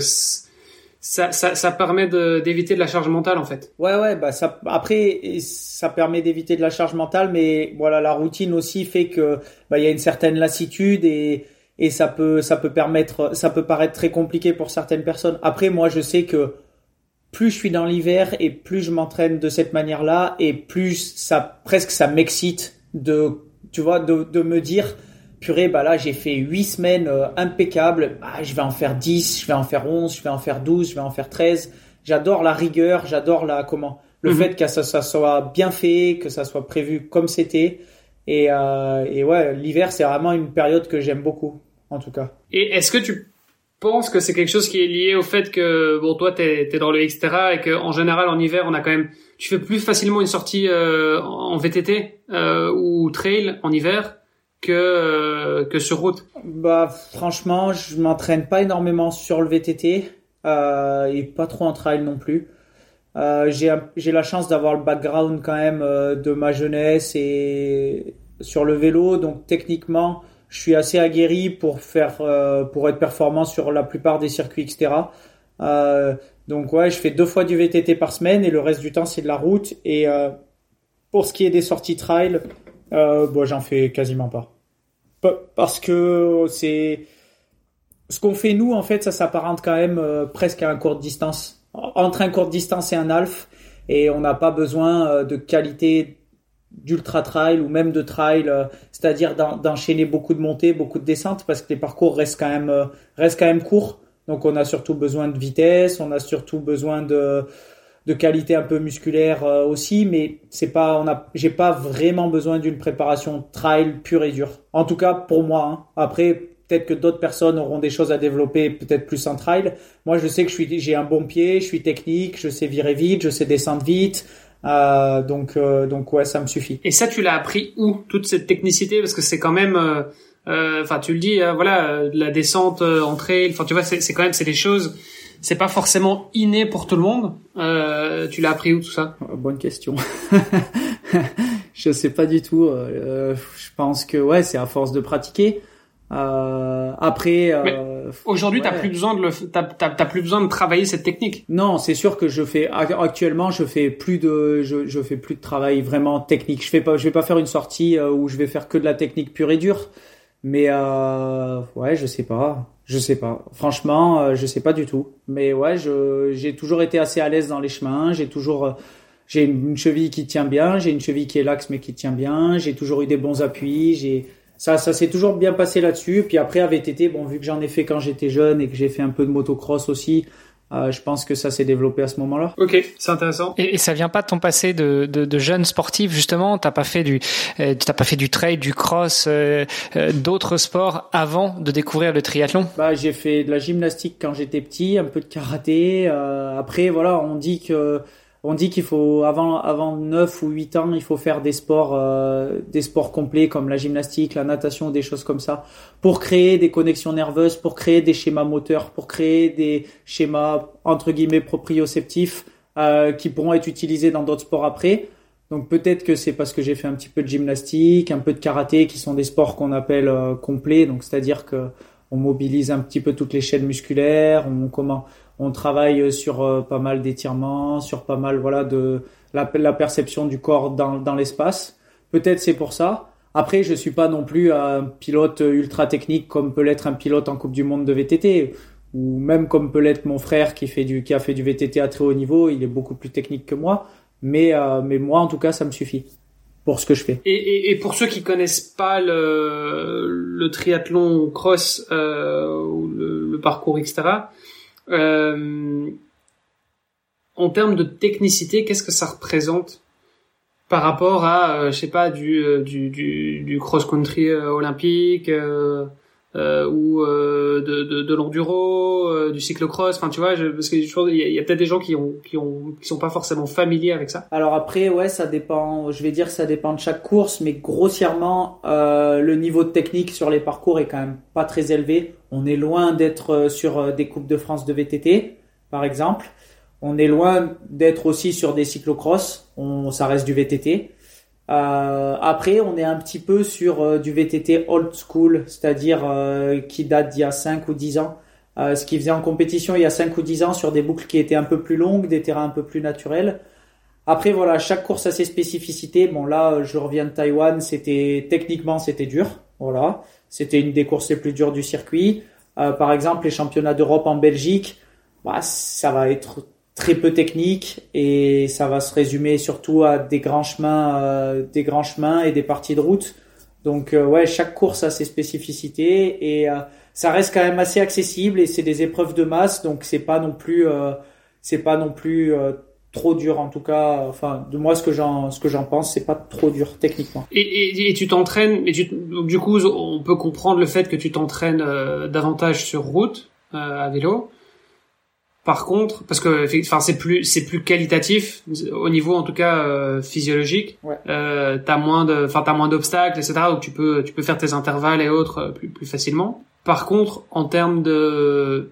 ça, ça, ça permet de, d'éviter de la charge mentale en fait. Ouais ouais bah ça après ça permet d'éviter de la charge mentale, mais voilà la routine aussi fait que bah il y a une certaine lassitude et et ça peut ça peut permettre ça peut paraître très compliqué pour certaines personnes. Après moi je sais que plus je suis dans l'hiver et plus je m'entraîne de cette manière-là et plus ça presque ça m'excite de tu vois de de me dire purée bah là j'ai fait huit semaines euh, impeccables, bah, je vais en faire dix, je vais en faire onze, je vais en faire douze, je vais en faire treize. J'adore la rigueur, j'adore la comment le mmh. fait que ça, ça soit bien fait, que ça soit prévu comme c'était et euh, et ouais, l'hiver c'est vraiment une période que j'aime beaucoup en tout cas. Et est-ce que tu penses que c'est quelque chose qui est lié au fait que bon toi t'es t'es dans le extra et que en général en hiver on a quand même tu fais plus facilement une sortie euh, en V T T euh, ou trail en hiver que euh, que sur route? Bah franchement, je m'entraîne pas énormément sur le V T T euh, et pas trop en trail non plus. Euh, j'ai j'ai la chance d'avoir le background quand même euh, de ma jeunesse et sur le vélo, donc techniquement je suis assez aguerri pour faire euh, pour être performant sur la plupart des circuits et cetera. Euh, donc ouais, je fais deux fois du V T T par semaine et le reste du temps c'est de la route. Et euh, pour ce qui est des sorties trail, euh, bon, j'en fais quasiment pas. Parce que c'est ce qu'on fait nous en fait, ça s'apparente quand même euh, presque à un court distance. Entre un court distance et un half, et on n'a pas besoin euh, de qualité d'ultra trail ou même de trail, euh, c'est-à-dire d'en, d'enchaîner beaucoup de montées, beaucoup de descentes parce que les parcours restent quand même euh, restent quand même courts. Donc on a surtout besoin de vitesse, on a surtout besoin de de qualité un peu musculaire euh, aussi, mais c'est pas on a j'ai pas vraiment besoin d'une préparation trail pure et dure. En tout cas pour moi. Hein. Après peut-être que d'autres personnes auront des choses à développer, peut-être plus en trail. Moi je sais que je suis j'ai un bon pied, je suis technique, je sais virer vite, je sais descendre vite. Euh, donc euh, donc ouais, ça me suffit. Et ça tu l'as appris où toute cette technicité, parce que c'est quand même euh... enfin euh, tu le dis euh, voilà euh, la descente euh, en trail, enfin tu vois c'est c'est quand même c'est des choses, c'est pas forcément inné pour tout le monde. Euh, tu l'as appris où tout ça? Bonne question. Je sais pas du tout. Euh, je pense que ouais, c'est à force de pratiquer. Euh, après, euh, aujourd'hui, ouais. t'as plus besoin de le, t'as, t'as, t'as plus besoin de travailler cette technique. Non, c'est sûr que je fais actuellement, je fais plus de, je, je fais plus de travail vraiment technique. Je fais pas, je vais pas faire une sortie où je vais faire que de la technique pure et dure. Mais euh, ouais, je sais pas, je sais pas. Franchement, euh, je sais pas du tout. Mais ouais, je, j'ai toujours été assez à l'aise dans les chemins. J'ai toujours, j'ai une cheville qui tient bien, j'ai une cheville qui est laxe mais qui tient bien. J'ai toujours eu des bons appuis. J'ai Ça, ça s'est toujours bien passé là-dessus. Puis après, à V T T, bon, vu que j'en ai fait quand j'étais jeune et que j'ai fait un peu de motocross aussi, Euh, je pense que ça s'est développé à ce moment-là. Ok, c'est intéressant. Et, et ça vient pas de ton passé de, de, de jeune sportif justement? T'as pas fait du, euh, t'as pas fait du trail, du cross, euh, euh, d'autres sports avant de découvrir le triathlon? Bah, j'ai fait de la gymnastique quand j'étais petit, un peu de karaté. Euh, après, voilà, on dit que on dit qu'il faut avant avant neuf ou huit ans, il faut faire des sports euh, des sports complets comme la gymnastique, la natation, des choses comme ça, pour créer des connexions nerveuses, pour créer des schémas moteurs, pour créer des schémas entre guillemets proprioceptifs euh, qui pourront être utilisés dans d'autres sports après. Donc peut-être que c'est parce que j'ai fait un petit peu de gymnastique, un peu de karaté, qui sont des sports qu'on appelle euh, complets, donc c'est-à-dire que on mobilise un petit peu toutes les chaînes musculaires, on comment on travaille sur euh, pas mal d'étirements, sur pas mal voilà de la, la perception du corps dans dans l'espace. Peut-être c'est pour ça. Après, je suis pas non plus un pilote ultra technique comme peut l'être un pilote en Coupe du Monde de V T T, ou même comme peut l'être mon frère qui fait du qui a fait du V T T à très haut niveau. Il est beaucoup plus technique que moi, mais euh, mais moi en tout cas ça me suffit pour ce que je fais. Et, et, et pour ceux qui connaissent pas le, le triathlon cross euh, ou le, le parcours et cetera, euh, en termes de technicité, qu'est-ce que ça représente par rapport à, euh, je sais pas, du du du, du cross-country euh, olympique euh, euh, ou euh, de, de de l'enduro, euh, du cyclocross, enfin tu vois, je, parce que je trouve il y a, y a peut-être des gens qui ont qui ont qui sont pas forcément familiers avec ça. Alors après, ouais, ça dépend. Je vais dire, ça dépend de chaque course, mais grossièrement, euh, le niveau de technique sur les parcours est quand même pas très élevé. On est loin d'être sur des Coupes de France de V T T, par exemple. On est loin d'être aussi sur des cyclocross. On, ça reste du V T T. Euh, après, on est un petit peu sur euh, du V T T old school, c'est-à-dire euh, qui date d'il y a cinq ou dix ans. Euh, ce qui faisait en compétition il y a cinq ou dix ans sur des boucles qui étaient un peu plus longues, des terrains un peu plus naturels. Après, voilà, chaque course a ses spécificités. Bon, là, je reviens de Taïwan, c'était techniquement, c'était dur. Voilà, c'était une des courses les plus dures du circuit. Euh, par exemple, les championnats d'Europe en Belgique, bah, ça va être très peu technique et ça va se résumer surtout à des grands chemins, euh, des grands chemins et des parties de route. Donc euh, ouais, chaque course a ses spécificités et euh, ça reste quand même assez accessible et c'est des épreuves de masse, donc c'est pas non plus, euh, c'est pas non plus euh, trop dur en tout cas. Enfin, de moi ce que j'en, ce que j'en pense, c'est pas trop dur techniquement. Et, et, et tu t'entraînes, et tu, donc du coup, on peut comprendre le fait que tu t'entraînes euh, davantage sur route euh, à vélo. Par contre, parce que enfin c'est plus c'est plus qualitatif au niveau en tout cas euh, physiologique. Ouais. Euh, t'as moins de enfin t'as moins d'obstacles et cetera. Donc tu peux tu peux faire tes intervalles et autres euh, plus plus facilement. Par contre, en termes de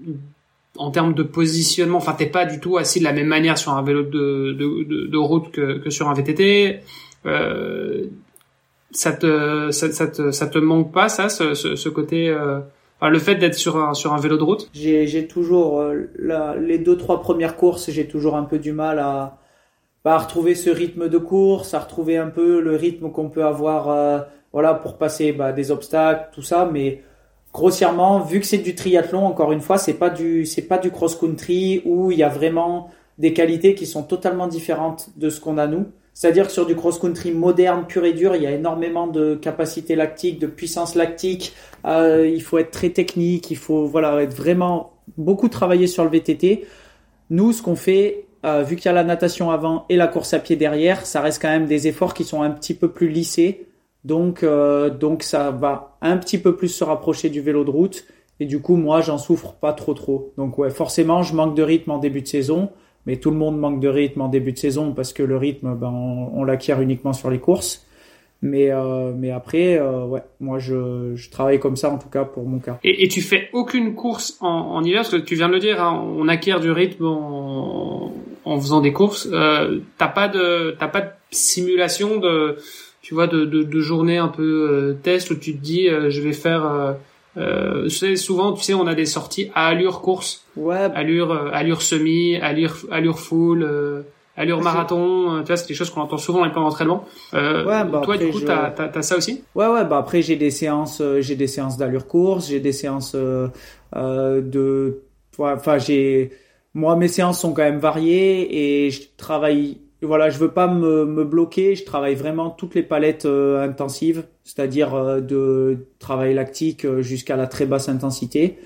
en termes de positionnement, enfin t'es pas du tout assis de la même manière sur un vélo de de de, de route que que sur un V T T. Euh, ça te ça, ça te ça te manque pas ça ce ce, ce côté euh, Enfin, le fait d'être sur un sur un vélo de route. J'ai j'ai toujours euh, la, les deux trois premières courses, j'ai toujours un peu du mal à, bah, à retrouver ce rythme de course, à retrouver un peu le rythme qu'on peut avoir, euh, voilà, pour passer bah, des obstacles, tout ça. Mais grossièrement, vu que c'est du triathlon, encore une fois, c'est pas du c'est pas du cross-country où il y a vraiment des qualités qui sont totalement différentes de ce qu'on a nous. C'est-à-dire que sur du cross-country moderne, pur et dur, il y a énormément de capacité lactique, de puissance lactique. Euh, il faut être très technique, il faut voilà être vraiment beaucoup travailler sur le V T T. Nous, ce qu'on fait, euh, vu qu'il y a la natation avant et la course à pied derrière, ça reste quand même des efforts qui sont un petit peu plus lissés. Donc, euh, donc ça va un petit peu plus se rapprocher du vélo de route. Et du coup, moi, j'en souffre pas trop trop. Donc ouais, forcément, je manque de rythme en début de saison. Mais tout le monde manque de rythme en début de saison parce que le rythme, ben, on, on l'acquiert uniquement sur les courses. Mais, euh, mais après, euh, ouais, moi, je, je travaille comme ça, en tout cas, pour mon cas. Et, et tu fais aucune course en, en hiver, parce que tu viens de le dire, hein, on acquiert du rythme en, en faisant des courses. Euh, t'as pas de, t'as pas de simulation de, tu vois, de, de, de journée un peu euh, test où tu te dis, euh, je vais faire. Euh, Euh, tu sais, souvent, tu sais, on a des sorties à allure course, ouais. allure, euh, allure semi, allure, allure full, euh, allure marathon. Euh, tu vois, c'est des choses qu'on entend souvent dans les plans d'entraînement. Euh, ouais, bah toi, du coup, je... t'as, t'as, t'as ça aussi? Ouais, ouais. Bah après, j'ai des séances, euh, j'ai des séances d'allure course, j'ai des séances euh, euh, de, enfin, j'ai, moi, mes séances sont quand même variées et je travaille. Voilà, je veux pas me, me bloquer. Je travaille vraiment toutes les palettes euh, intensives, c'est-à-dire euh, de travail lactique jusqu'à la très basse intensité.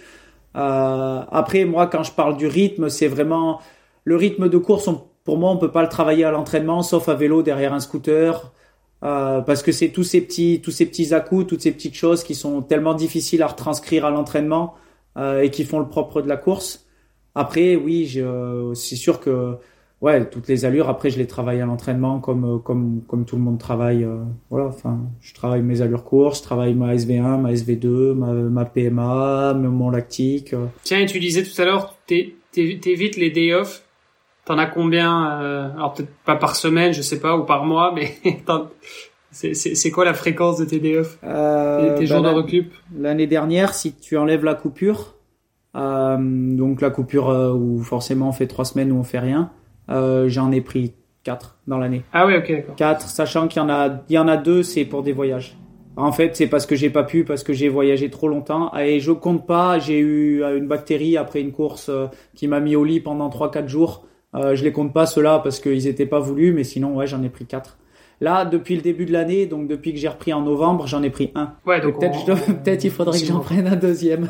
Euh, après, moi, quand je parle du rythme, c'est vraiment le rythme de course. On, pour moi, on peut pas le travailler à l'entraînement, sauf à vélo derrière un scooter, euh, parce que c'est tous ces petits, tous ces petits à-coups, toutes ces petites choses qui sont tellement difficiles à retranscrire à l'entraînement euh, et qui font le propre de la course. Après, oui, je, c'est sûr que ouais, toutes les allures. Après, je les travaille à l'entraînement comme comme comme tout le monde travaille. Euh, voilà, enfin, je travaille mes allures courses, je travaille ma S V un, ma S V deux, ma, ma P M A, mon lactique. Euh. Tiens, et tu disais tout à l'heure, t'é, t'é, t'évites les day off. T'en as combien euh, alors peut-être pas par semaine, je sais pas, ou par mois, mais c'est, c'est, c'est quoi la fréquence de tes day off, euh, tes, tes ben jours de récup? L'année dernière, si tu enlèves la coupure, euh, donc la coupure euh, où forcément on fait trois semaines où on fait rien, euh, j'en ai pris quatre dans l'année. Ah oui, ok, d'accord. Quatre, sachant qu'il y en a, il y en a deux, c'est pour des voyages. En fait, c'est parce que j'ai pas pu, parce que j'ai voyagé trop longtemps. Et je compte pas, j'ai eu une bactérie après une course euh, qui m'a mis au lit pendant trois quatre jours. Euh, je les compte pas ceux-là parce qu'ils étaient pas voulus, mais sinon ouais, j'en ai pris quatre. Là, depuis le début de l'année, donc depuis que j'ai repris en novembre, j'en ai pris un. Ouais, donc peut-être, on... je dois, peut-être il faudrait que j'en prenne un deuxième.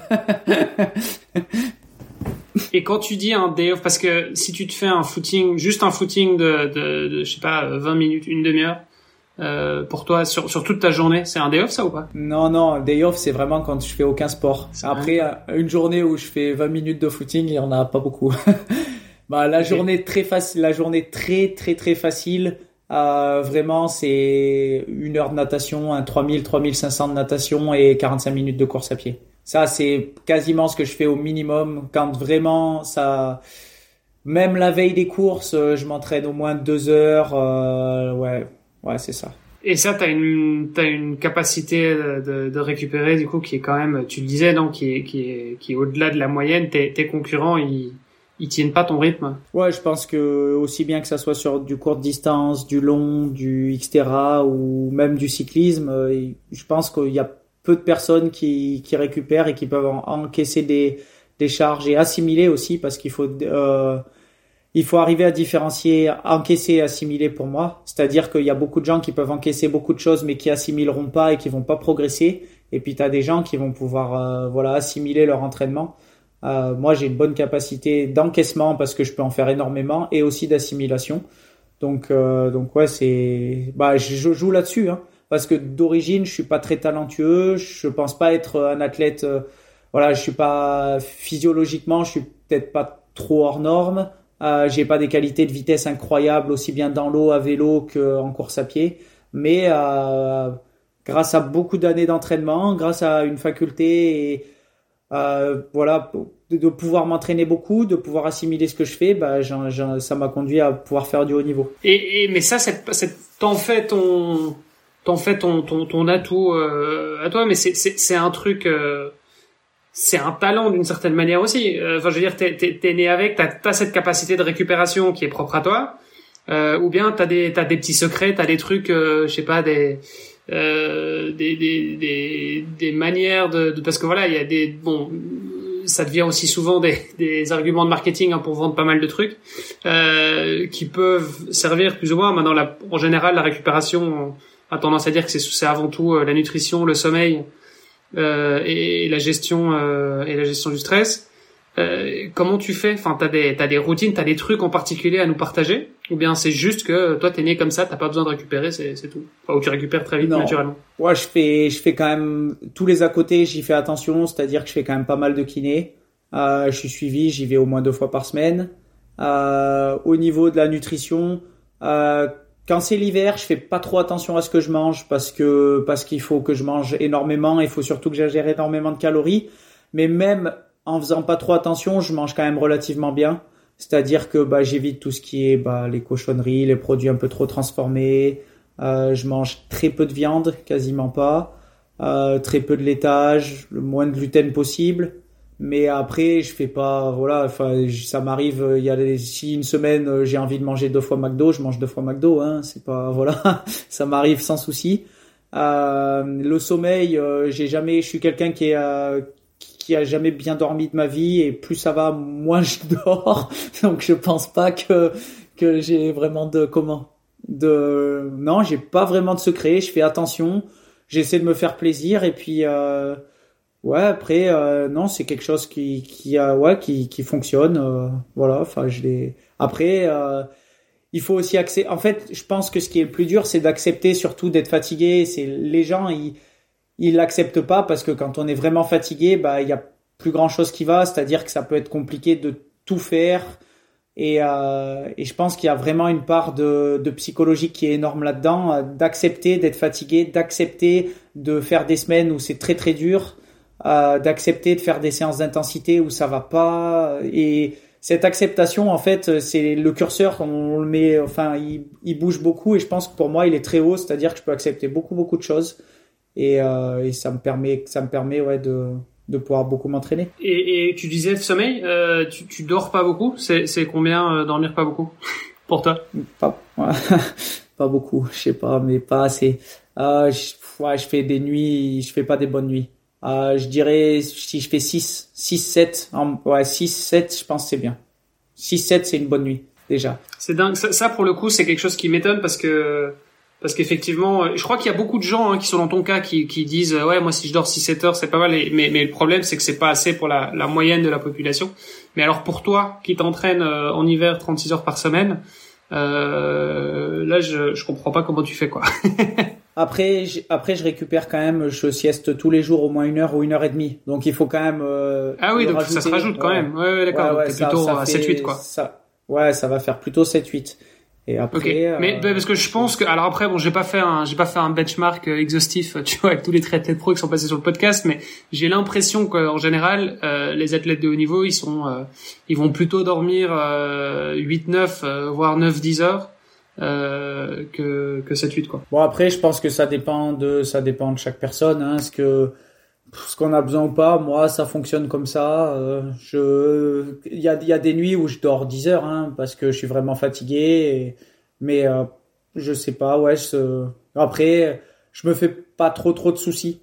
Et quand tu dis un day off, parce que si tu te fais un footing, juste un footing de, de, de je sais pas, vingt minutes, une demi-heure, euh, pour toi, sur, sur toute ta journée, c'est un day off, ça, ou pas? Non, non, day off, c'est vraiment quand je fais aucun sport. C'est Après, vrai. une journée où je fais vingt minutes de footing, il y en a pas beaucoup. Bah, la Okay. journée très facile, la journée très, très, très facile, euh, vraiment, c'est une heure de natation, un trois mille, trois mille cinq cents de natation et quarante-cinq minutes de course à pied. Ça, c'est quasiment ce que je fais au minimum quand vraiment ça, même la veille des courses, je m'entraîne au moins deux heures, euh, ouais, ouais, c'est ça. Et ça, t'as une, t'as une capacité de, de récupérer, du coup, qui est quand même, tu le disais, donc, qui est, qui est, qui est au-delà de la moyenne. Tes, tes concurrents, ils, ils tiennent pas ton rythme. Ouais, je pense que aussi bien que ça soit sur du courte distance, du long, du Xterra ou même du cyclisme, je pense qu'il y a peu de personnes qui, qui récupèrent et qui peuvent en, encaisser des, des charges et assimiler aussi parce qu'il faut, euh, il faut arriver à différencier encaisser et assimiler pour moi. C'est-à-dire qu'il y a beaucoup de gens qui peuvent encaisser beaucoup de choses mais qui assimileront pas et qui vont pas progresser. Et puis t'as des gens qui vont pouvoir, euh, voilà, assimiler leur entraînement. Euh, moi, j'ai une bonne capacité d'encaissement parce que je peux en faire énormément et aussi d'assimilation. Donc, euh, donc ouais, c'est, bah, je, je joue là-dessus, hein, parce que d'origine, je suis pas très talentueux. Je pense pas être un athlète. Euh, voilà, je suis pas physiologiquement, je suis peut-être pas trop hors norme. Euh, j'ai pas des qualités de vitesse incroyables aussi bien dans l'eau à vélo qu'en course à pied. Mais euh, grâce à beaucoup d'années d'entraînement, grâce à une faculté et Euh, voilà, de, de pouvoir m'entraîner beaucoup, de pouvoir assimiler ce que je fais, bah, j'en, j'en, ça m'a conduit à pouvoir faire du haut niveau. Et, et mais ça, c'est, c'est t'en fais ton, t'en fais ton, ton, ton atout euh, à toi, mais c'est, c'est, c'est un truc, euh, c'est un talent d'une certaine manière aussi. Euh, enfin, je veux dire, t'es, t'es, t'es né avec, t'as, t'as cette capacité de récupération qui est propre à toi, euh, ou bien t'as des, t'as des petits secrets, t'as des trucs, euh, je sais pas, des Euh, des, des, des, des manières de, de, parce que voilà, il y a des, bon, ça devient aussi souvent des, des arguments de marketing, hein, pour vendre pas mal de trucs, euh, qui peuvent servir plus ou moins. Maintenant, la, en général, la récupération a tendance à dire que c'est, c'est avant tout euh, la nutrition, le sommeil, euh, et, et la gestion, euh, et la gestion du stress. Euh, comment tu fais? Enfin, t'as des, t'as des routines, t'as des trucs en particulier à nous partager? Ou bien c'est juste que toi t'es né comme ça, t'as pas besoin de récupérer, c'est, c'est tout? Enfin, ou tu récupères très vite, Non. naturellement. Ouais, je fais, je fais quand même tous les à côté, j'y fais attention, c'est-à-dire que je fais quand même pas mal de kiné. Euh, je suis suivi, j'y vais au moins deux fois par semaine. Euh, au niveau de la nutrition, euh, quand c'est l'hiver, je fais pas trop attention à ce que je mange parce que parce qu'il faut que je mange énormément, il faut surtout que j'ingère énormément de calories. Mais même en faisant pas trop attention, je mange quand même relativement bien. C'est-à-dire que bah, j'évite tout ce qui est bah, les cochonneries, les produits un peu trop transformés. Euh, je mange très peu de viande, quasiment pas. Euh, très peu de laitage, le moins de gluten possible. Mais après, je fais pas, voilà, enfin, ça m'arrive, il y a des, si une semaine j'ai envie de manger deux fois McDo, je mange deux fois McDo, hein. C'est pas, voilà, ça m'arrive sans souci. Euh, le sommeil, euh, j'ai jamais, je suis quelqu'un qui est euh, qui a jamais bien dormi de ma vie et plus ça va, moins je dors. Donc je pense pas que que j'ai vraiment de comment de non, j'ai pas vraiment de secret. Je fais attention, j'essaie de me faire plaisir et puis euh, Ouais, après, euh, non, c'est quelque chose qui, qui, a, ouais, qui, qui fonctionne. Euh, voilà, enfin, je l'ai. Après, euh, il faut aussi accepter. En fait, je pense que ce qui est le plus dur, c'est d'accepter surtout d'être fatigué. C'est les gens, ils, ils l'acceptent pas parce que quand on est vraiment fatigué, bah, il y a plus grand chose qui va. C'est-à-dire que ça peut être compliqué de tout faire. Et, euh, et je pense qu'il y a vraiment une part de, de psychologie qui est énorme là-dedans, euh, d'accepter d'être fatigué, d'accepter de faire des semaines où c'est très très dur. Euh, d'accepter de faire des séances d'intensité où ça va pas, et cette acceptation en fait c'est le curseur, on le met, enfin il, il bouge beaucoup, et je pense que pour moi il est très haut, c'est-à-dire que je peux accepter beaucoup beaucoup de choses, et, euh, et ça me permet ça me permet ouais de de pouvoir beaucoup m'entraîner. Et, et tu disais le sommeil, euh, tu tu dors pas beaucoup, c'est c'est combien euh, dormir pas beaucoup pour toi? Pas pas beaucoup, je sais pas, mais pas assez. Euh, je, ouais, je fais des nuits, je fais pas des bonnes nuits. Euh, je dirais, si je fais six, six, sept, ouais, six, sept, je pense que c'est bien. six, sept, c'est une bonne nuit, déjà. C'est dingue. Ça, ça, pour le coup, c'est quelque chose qui m'étonne parce que, parce qu'effectivement, je crois qu'il y a beaucoup de gens, hein, qui sont dans ton cas, qui, qui disent, ouais, moi, si je dors six, sept heures, c'est pas mal. Et, mais, mais le problème, c'est que c'est pas assez pour la, la moyenne de la population. Mais alors, pour toi, qui t'entraîne euh, en hiver trente-six heures par semaine, euh, là, je, je comprends pas comment tu fais, quoi. Après, j', après, je récupère quand même, je sieste tous les jours au moins une heure ou une heure et demie. Donc, il faut quand même, euh, ah oui, donc rajouter. Ça se rajoute quand ouais. même. Ouais, ouais d'accord. Ouais, ouais, donc, t'es plutôt à sept huit, quoi. Ça, ouais, ça va faire plutôt sept huit. Et après, okay. euh, mais parce que je pense que, alors après, bon, j'ai pas fait un, j'ai pas fait un benchmark exhaustif, tu vois, avec tous les triathlètes pro qui sont passés sur le podcast, mais j'ai l'impression qu'en général, euh, les athlètes de haut niveau, ils sont, euh, ils vont plutôt dormir euh, huit, neuf, euh, voire neuf, dix heures. Euh, que que sept huit, quoi. Bon, après, je pense que ça dépend de ça dépend de chaque personne, hein, ce que ce qu'on a besoin ou pas. Moi, ça fonctionne comme ça. Euh, je il y a il y a des nuits où je dors dix heures, hein, parce que je suis vraiment fatigué, et... mais euh, je sais pas, ouais, je... après je me fais pas trop trop de soucis.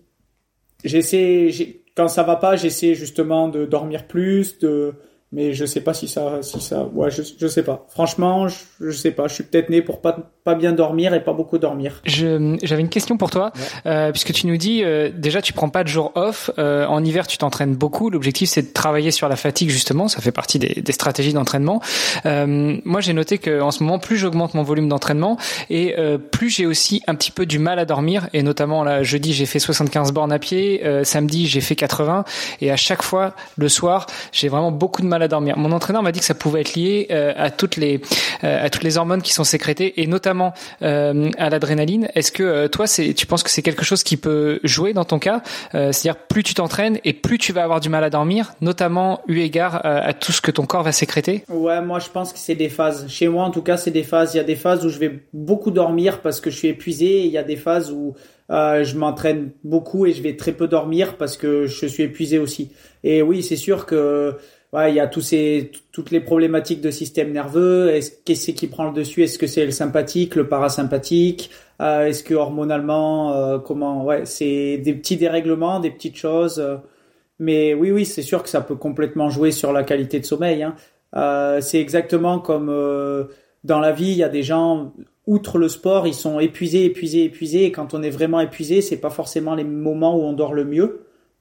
J'essaie j'ai... quand ça va pas, j'essaie justement de dormir plus, de mais je sais pas si ça si ça ouais je je sais pas, franchement je, je sais pas, je suis peut-être né pour pas pas bien dormir et pas beaucoup dormir. Je j'avais une question pour toi, ouais. euh, puisque tu nous dis euh, déjà tu prends pas de jour off, euh, en hiver tu t'entraînes beaucoup, l'objectif c'est de travailler sur la fatigue justement, ça fait partie des, des stratégies d'entraînement. Euh, moi j'ai noté que en ce moment plus j'augmente mon volume d'entraînement et euh, plus j'ai aussi un petit peu du mal à dormir, et notamment là jeudi j'ai fait soixante-quinze bornes à pied, euh, samedi j'ai fait quatre-vingts, et à chaque fois le soir j'ai vraiment beaucoup de mal à dormir. Mon entraîneur m'a dit que ça pouvait être lié euh, à toutes les euh, à toutes les hormones qui sont sécrétées, et notamment euh, à l'adrénaline. Est-ce que euh, toi c'est tu penses que c'est quelque chose qui peut jouer dans ton cas, euh, c'est-à-dire plus tu t'entraînes et plus tu vas avoir du mal à dormir, notamment eu égard euh, à tout ce que ton corps va sécréter? Ouais, moi je pense que c'est des phases. Chez moi en tout cas, c'est des phases. Il y a des phases où je vais beaucoup dormir parce que je suis épuisé, et il y a des phases où euh, je m'entraîne beaucoup et je vais très peu dormir parce que je suis épuisé aussi. Et oui, c'est sûr que ouais, il y a tous ces, toutes les problématiques de système nerveux. Est-ce, qu'est-ce qui prend le dessus? Est-ce que c'est le sympathique, le parasympathique? Euh, est-ce que hormonalement, euh, comment? Ouais, c'est des petits dérèglements, des petites choses. Euh, mais oui, oui, c'est sûr que ça peut complètement jouer sur la qualité de sommeil, hein. Euh, c'est exactement comme euh, dans la vie, il y a des gens, outre le sport, ils sont épuisés, épuisés, épuisés. Et quand on est vraiment épuisé, c'est pas forcément les moments où on dort le mieux.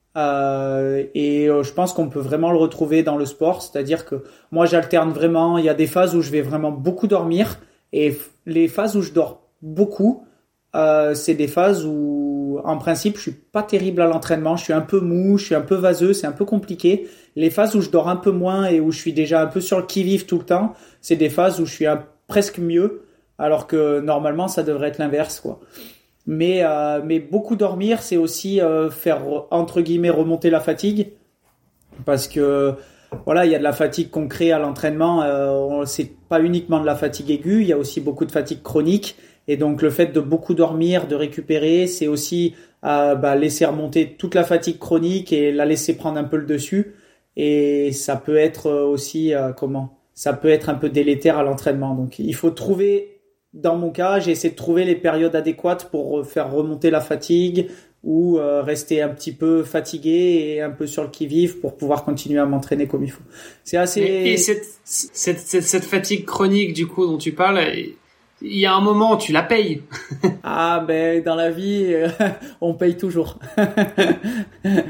Euh, et euh, je pense qu'on peut vraiment le retrouver dans le sport, c'est-à-dire que moi j'alterne vraiment, il y a des phases où je vais vraiment beaucoup dormir, et f- les phases où je dors beaucoup, euh, c'est des phases où en principe je suis pas terrible à l'entraînement, je suis un peu mou, je suis un peu vaseux, c'est un peu compliqué. Les phases où je dors un peu moins et où je suis déjà un peu sur le qui-vive tout le temps, c'est des phases où je suis un, presque mieux, alors que normalement ça devrait être l'inverse, quoi. Mais euh, mais beaucoup dormir, c'est aussi euh, faire entre guillemets remonter la fatigue, parce que voilà, il y a de la fatigue qu'on crée à l'entraînement. Euh, c'est pas uniquement de la fatigue aiguë, il y a aussi beaucoup de fatigue chronique, et donc le fait de beaucoup dormir, de récupérer, c'est aussi euh, bah, laisser remonter toute la fatigue chronique et la laisser prendre un peu le dessus. Et ça peut être aussi euh, comment ça peut être un peu délétère à l'entraînement. Donc il faut trouver. Dans mon cas, j'ai essayé de trouver les périodes adéquates pour faire remonter la fatigue, ou euh, rester un petit peu fatigué et un peu sur le qui-vive pour pouvoir continuer à m'entraîner comme il faut. C'est assez... Et, et cette, cette, cette, cette fatigue chronique, du coup, dont tu parles, il y a un moment où tu la payes. Ah, ben, dans la vie, on paye toujours.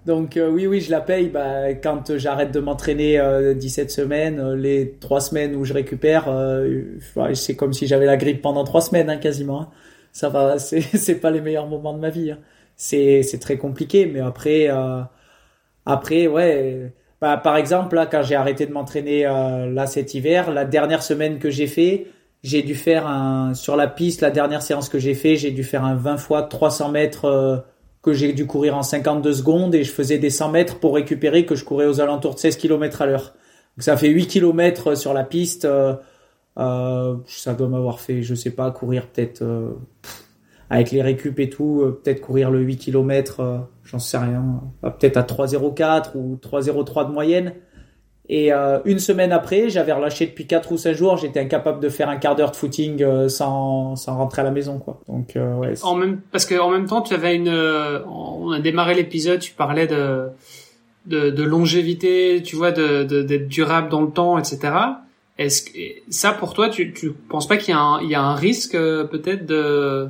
Donc euh, oui, oui, je la paye. Bah, quand j'arrête de m'entraîner euh, dix-sept semaines, euh, les trois semaines où je récupère, euh, ouais, c'est comme si j'avais la grippe pendant trois semaines, hein, quasiment. Hein. Ça va, c'est c'est pas les meilleurs moments de ma vie. Hein. C'est c'est très compliqué, mais après euh, après ouais. Bah, par exemple, là, quand j'ai arrêté de m'entraîner euh, là cet hiver, la dernière semaine que j'ai fait, j'ai dû faire un sur la piste. La dernière séance que j'ai fait, j'ai dû faire un vingt fois trois cents mètres. Euh, que j'ai dû courir en cinquante-deux secondes et je faisais des cent mètres pour récupérer que je courais aux alentours de seize kilomètres à l'heure. Donc ça fait huit kilomètres sur la piste. Euh, euh, ça doit m'avoir fait, je sais pas, courir peut-être euh, avec les récup et tout, euh, peut-être courir le huit kilomètres, euh, j'en sais rien, euh, peut-être à trois zéro quatre ou trois zéro trois de moyenne. Et euh, une semaine après, j'avais relâché depuis quatre ou cinq jours, j'étais incapable de faire un quart d'heure de footing euh, sans sans rentrer à la maison, quoi. Donc euh, ouais. En même parce que en même temps, tu avais une euh, on a démarré l'épisode, tu parlais de de, de longévité, tu vois, de, de d'être durable dans le temps, et cetera. Est-ce que ça pour toi, tu tu penses pas qu'il y a un il y a un risque euh, peut-être de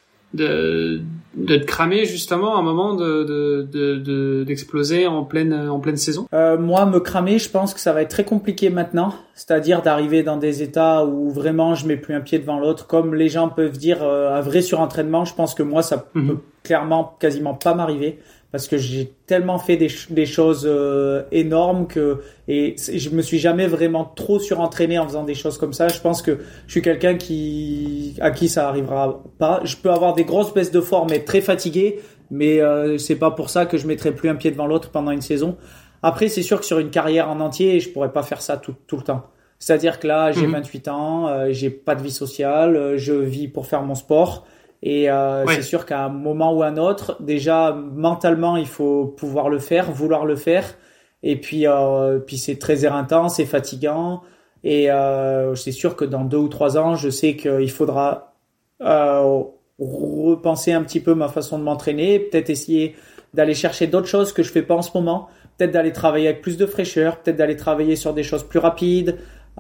de de te cramer justement à un moment de de de, de d'exploser en pleine en pleine saison? Euh, moi, me cramer, je pense que ça va être très compliqué maintenant. C'est-à-dire d'arriver dans des états où vraiment je mets plus un pied devant l'autre, comme les gens peuvent dire euh, un vrai surentraînement. Je pense que moi, ça mm-hmm. peut clairement quasiment pas m'arriver parce que j'ai tellement fait des, des choses euh, énormes que et je me suis jamais vraiment trop surentraîné en faisant des choses comme ça. Je pense que je suis quelqu'un qui à qui ça arrivera pas. Je peux avoir des grosses baisses de forme, être très fatigué, mais euh, c'est pas pour ça que je mettrai plus un pied devant l'autre pendant une saison. Après, c'est sûr que sur une carrière en entier, je pourrais pas faire ça tout tout le temps. C'est-à-dire que là, j'ai mmh. vingt-huit ans, euh, j'ai pas de vie sociale, euh, je vis pour faire mon sport. Et euh, ouais. c'est sûr qu'à un moment ou un autre, déjà mentalement, il faut pouvoir le faire, vouloir le faire. Et puis, euh, puis c'est très éreintant, c'est fatigant. Et euh, c'est sûr que dans deux ou trois ans, je sais qu'il faudra euh, repenser un petit peu ma façon de m'entraîner, peut-être essayer d'aller chercher d'autres choses que je fais pas en ce moment, peut-être d'aller travailler avec plus de fraîcheur, peut-être d'aller travailler sur des choses plus rapides.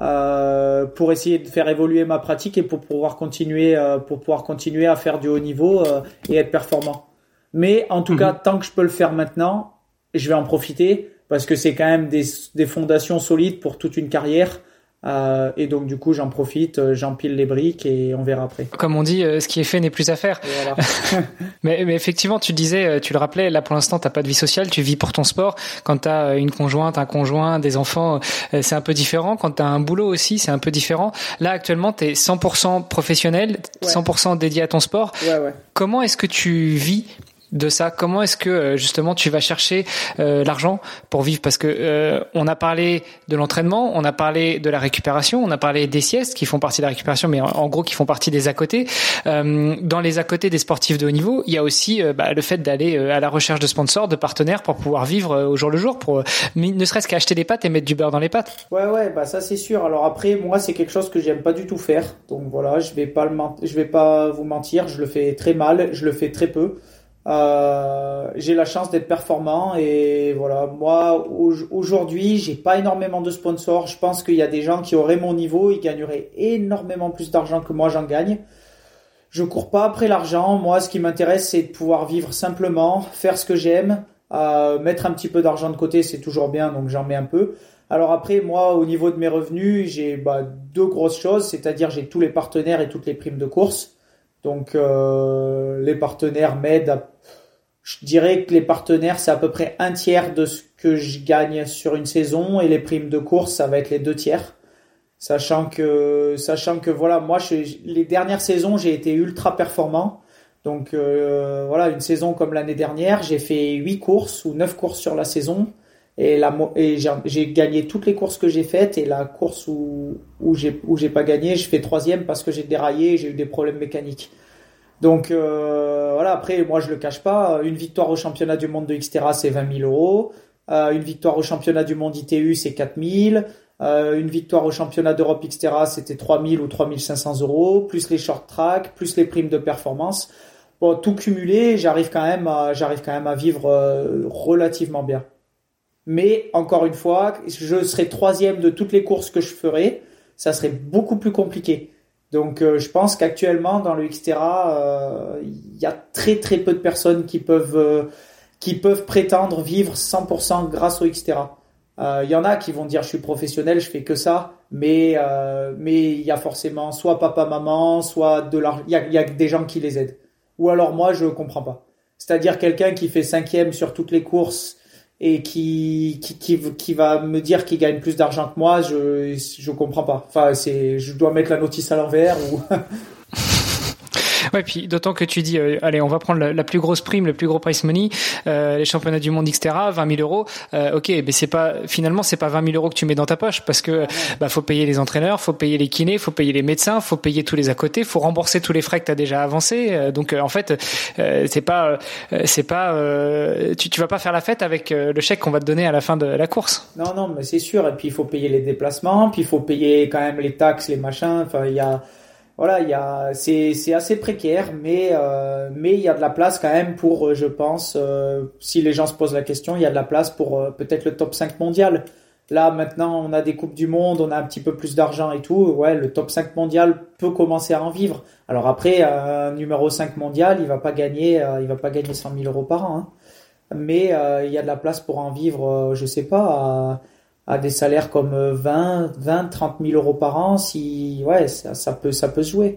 Euh, pour essayer de faire évoluer ma pratique et pour pouvoir continuer euh, pour pouvoir continuer à faire du haut niveau euh, et être performant. Mais en tout mmh. cas, tant que je peux le faire maintenant, je vais en profiter parce que c'est quand même des, des fondations solides pour toute une carrière. Euh, et donc du coup j'en profite, j'empile les briques et on verra après. Comme on dit, euh, ce qui est fait n'est plus à faire. Voilà. mais, mais effectivement, tu disais, tu le rappelais, là pour l'instant t'as pas de vie sociale, tu vis pour ton sport. Quand t'as une conjointe, un conjoint, des enfants, euh, c'est un peu différent. Quand t'as un boulot aussi, c'est un peu différent. Là actuellement t'es cent pour cent professionnel, ouais. cent pour cent dédié à ton sport. Ouais, ouais. Comment est-ce que tu vis de ça? Comment est-ce que justement tu vas chercher euh, l'argent pour vivre? Parce que euh, on a parlé de l'entraînement, on a parlé de la récupération, on a parlé des siestes qui font partie de la récupération, mais en, en gros qui font partie des à côté. Euh, dans les à côté des sportifs de haut niveau, il y a aussi euh, bah, le fait d'aller euh, à la recherche de sponsors, de partenaires pour pouvoir vivre euh, au jour le jour, pour euh, ne serait-ce qu'à acheter des pâtes et mettre du beurre dans les pâtes. Ouais ouais, bah ça c'est sûr. Alors après moi c'est quelque chose que j'aime pas du tout faire. Donc voilà, je vais pas le ment- je vais pas vous mentir, je le fais très mal, je le fais très peu. Euh, j'ai la chance d'être performant et voilà, moi au- aujourd'hui j'ai pas énormément de sponsors. Je pense qu'il y a des gens qui auraient mon niveau, ils gagneraient énormément plus d'argent que moi j'en gagne. Je cours pas après l'argent. Moi ce qui m'intéresse c'est de pouvoir vivre simplement, faire ce que j'aime, euh, mettre un petit peu d'argent de côté, c'est toujours bien, donc j'en mets un peu. Alors après moi au niveau de mes revenus j'ai bah, deux grosses choses, c'est-à-dire j'ai tous les partenaires et toutes les primes de course. Donc euh, les partenaires m'aident à... Je dirais que les partenaires c'est à peu près un tiers de ce que je gagne sur une saison et les primes de course ça va être les deux tiers. Sachant que sachant que voilà moi je, les dernières saisons j'ai été ultra performant. Donc euh, voilà une saison comme l'année dernière j'ai fait huit courses ou neuf courses sur la saison. Et, la, et j'ai, j'ai gagné toutes les courses que j'ai faites et la course où, où, j'ai, où j'ai pas gagné, je fais troisième parce que j'ai déraillé et j'ai eu des problèmes mécaniques. Donc euh, voilà, après moi je le cache pas, une victoire au championnat du monde de Xterra c'est vingt mille euros, euh, une victoire au championnat du monde I T U c'est quatre mille, euh, une victoire au championnat d'Europe Xterra c'était trois mille ou trois mille cinq cents euros, plus les short track, plus les primes de performance. Bon, tout cumulé, j'arrive quand même à, j'arrive quand même à vivre euh, relativement bien. Mais encore une fois, je serai troisième de toutes les courses que je ferai. Ça serait beaucoup plus compliqué. Donc, euh, je pense qu'actuellement, dans le Xterra, il euh, y a très très peu de personnes qui peuvent euh, qui peuvent prétendre vivre cent pour cent grâce au Xterra. Il euh, y en a qui vont dire je suis professionnel, je fais que ça, mais euh, mais il y a forcément soit papa maman, soit de l'argent, il y a, y a des gens qui les aident. Ou alors moi je comprends pas. C'est-à-dire quelqu'un qui fait cinquième sur toutes les courses et qui qui qui, qui va me dire qu'il gagne plus d'argent que moi, je je comprends pas. Enfin c'est je dois mettre la notice à l'envers ou Ouais, puis d'autant que tu dis, euh, allez, on va prendre la, la plus grosse prime, le plus gros prize money, euh, les championnats du monde Xterra, vingt mille euros. Euh, ok, mais c'est pas, finalement, c'est pas vingt mille euros que tu mets dans ta poche parce que, bah, faut payer les entraîneurs, faut payer les kinés, faut payer les médecins, faut payer tous les à côté, faut rembourser tous les frais que t'as déjà avancés. Euh, donc, euh, en fait, euh, c'est pas, euh, c'est pas, euh, tu, tu vas pas faire la fête avec euh, le chèque qu'on va te donner à la fin de la course. Non, non, mais c'est sûr. Et puis il faut payer les déplacements, puis il faut payer quand même les taxes, les machins. Enfin, il y a Voilà, il y a, c'est, c'est assez précaire, mais euh, mais il y a de la place quand même pour, je pense, euh, si les gens se posent la question, il y a de la place pour euh, peut-être le top cinq mondial. Là, maintenant, on a des coupes du monde, on a un petit peu plus d'argent et tout. Ouais, le top cinq mondial peut commencer à en vivre. Alors après, un numéro cinq mondial, il va pas gagner, euh, il va pas gagner cent mille euros par an, hein. Mais euh, il y a de la place pour en vivre, euh, je sais pas. À, à des salaires comme vingt, vingt, trente mille euros par an, si, ouais, ça, ça peut, ça peut se jouer.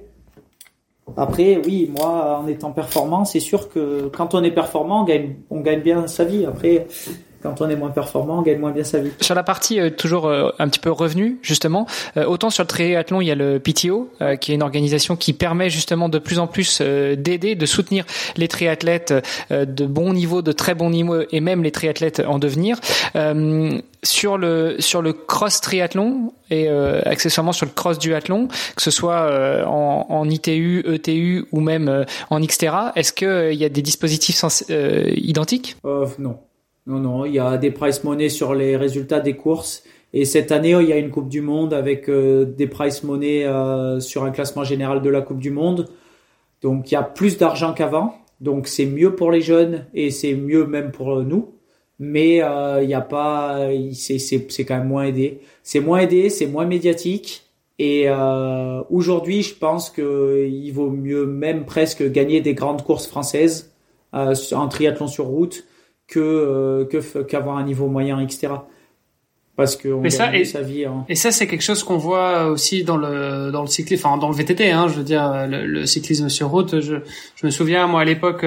Après, oui, moi, en étant performant, c'est sûr que quand on est performant, on gagne, on gagne bien sa vie. Après, quand on est moins performant, on gagne moins bien sa vie. Sur la partie euh, toujours euh, un petit peu revenu, justement, euh, autant sur le triathlon, il y a le P T O, euh, qui est une organisation qui permet justement de plus en plus euh, d'aider, de soutenir les triathlètes euh, de bon niveau, de très bon niveau, et même les triathlètes en devenir. Euh, sur le sur le cross triathlon et euh, accessoirement sur le cross duathlon, que ce soit euh, en, en I T U, E T U ou même euh, en Xterra, est-ce que euh, il y a des dispositifs sens- euh, identiques ? Euh, non. Non, non, il y a des prize money sur les résultats des courses. Et cette année, il y a une Coupe du Monde avec euh, des prize money euh, sur un classement général de la Coupe du Monde. Donc, il y a plus d'argent qu'avant. Donc, c'est mieux pour les jeunes et c'est mieux même pour nous. Mais euh, il y a pas, c'est, c'est, c'est quand même moins aidé. C'est moins aidé, c'est moins médiatique. Et euh, aujourd'hui, je pense que il vaut mieux même presque gagner des grandes courses françaises euh, en triathlon sur route que euh, que qu'avoir un niveau moyen Xterra, parce que on mais ça, et, sa vie hein. Et ça c'est quelque chose qu'on voit aussi dans le dans le cyclisme, enfin dans le V T T, hein, je veux dire le, le cyclisme sur route. Je je me souviens moi à l'époque,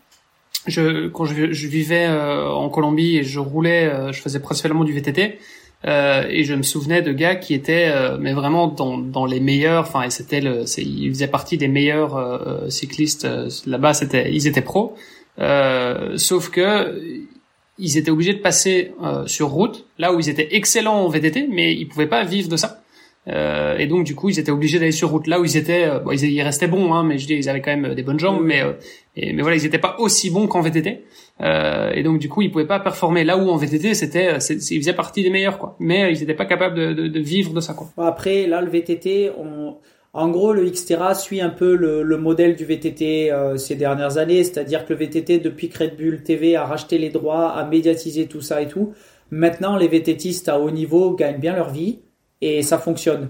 je quand je, je vivais euh, en Colombie et je roulais, euh, je faisais principalement du V T T. Euh, et je me souvenais de gars qui étaient euh, mais vraiment dans dans les meilleurs, enfin et c'était le c'est ils faisaient partie des meilleurs euh, cyclistes euh, là-bas, c'était ils étaient pros. Euh, sauf que ils étaient obligés de passer euh, sur route, là où ils étaient excellents en V T T, mais ils pouvaient pas vivre de ça. Euh, et donc du coup, ils étaient obligés d'aller sur route, là où ils étaient. Euh, bon, ils, ils restaient bons, hein, mais je dis, ils avaient quand même des bonnes jambes, mais euh, et, mais voilà, ils étaient pas aussi bons qu'en V T T. Euh, et donc du coup, ils pouvaient pas performer là où en V T T, c'était, c'est, c'est, ils faisaient partie des meilleurs, quoi. Mais euh, ils étaient pas capables de, de, de vivre de ça, quoi. Après, là, le V T T, on En gros, le Xterra suit un peu le, le modèle du V T T euh, ces dernières années, c'est-à-dire que le V T T, depuis que Red Bull T V a racheté les droits, a médiatisé tout ça et tout, maintenant les VTTistes à haut niveau gagnent bien leur vie et ça fonctionne.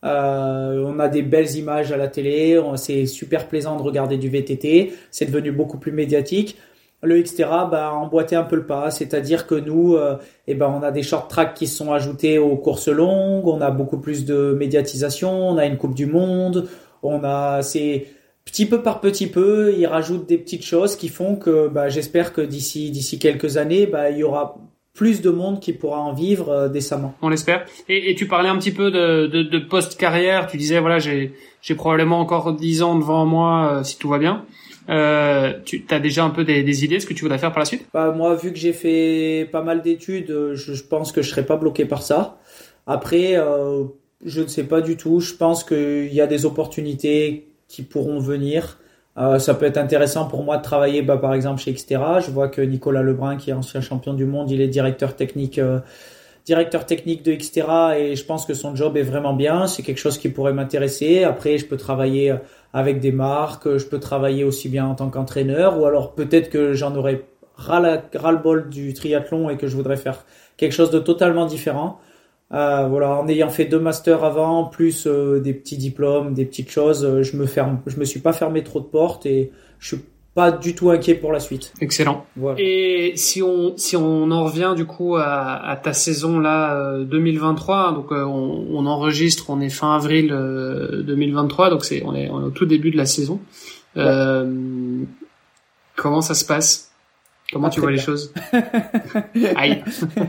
Euh, on a des belles images à la télé, on, c'est super plaisant de regarder du V T T, c'est devenu beaucoup plus médiatique. Le Xterra bah, a emboîté un peu le pas, c'est-à-dire que nous, euh, eh ben, on a des short tracks qui sont ajoutés aux courses longues, on a beaucoup plus de médiatisation, on a une Coupe du Monde, on a, c'est petit peu par petit peu, ils rajoutent des petites choses qui font que, bah, j'espère que d'ici d'ici quelques années, bah, il y aura plus de monde qui pourra en vivre euh, décemment. On l'espère. Et, et tu parlais un petit peu de, de, de post-carrière, tu disais voilà, j'ai j'ai probablement encore dix ans devant moi euh, si tout va bien. Euh, tu as déjà un peu des, des idées de ce que tu voudrais faire par la suite? Bah, moi, vu que j'ai fait pas mal d'études, je, je pense que je serai pas bloqué par ça. Après, euh, je ne sais pas du tout. Je pense qu'il y a des opportunités qui pourront venir. Euh, ça peut être intéressant pour moi de travailler, bah, par exemple, chez Xterra. Je vois que Nicolas Lebrun, qui est ancien champion du monde, il est directeur technique, euh, directeur technique de Xterra et je pense que son job est vraiment bien. C'est quelque chose qui pourrait m'intéresser. Après, je peux travailler avec des marques, je peux travailler aussi bien en tant qu'entraîneur ou alors peut-être que j'en aurais ras-le-bol du triathlon et que je voudrais faire quelque chose de totalement différent. Euh, voilà, en ayant fait deux masters avant, plus euh, des petits diplômes, des petites choses, je me ferme, je me suis pas fermé trop de portes et je suis pas du tout inquiet pour la suite. Excellent. Voilà. Et si on si on en revient du coup à, à ta saison là euh, deux mille vingt-trois, donc euh, on, on enregistre, on est fin avril euh, deux mille vingt-trois, donc c'est on est, on est au tout début de la saison. Ouais. Euh, comment ça se passe? Comment ah, tu vois bien. Les choses? Aïe.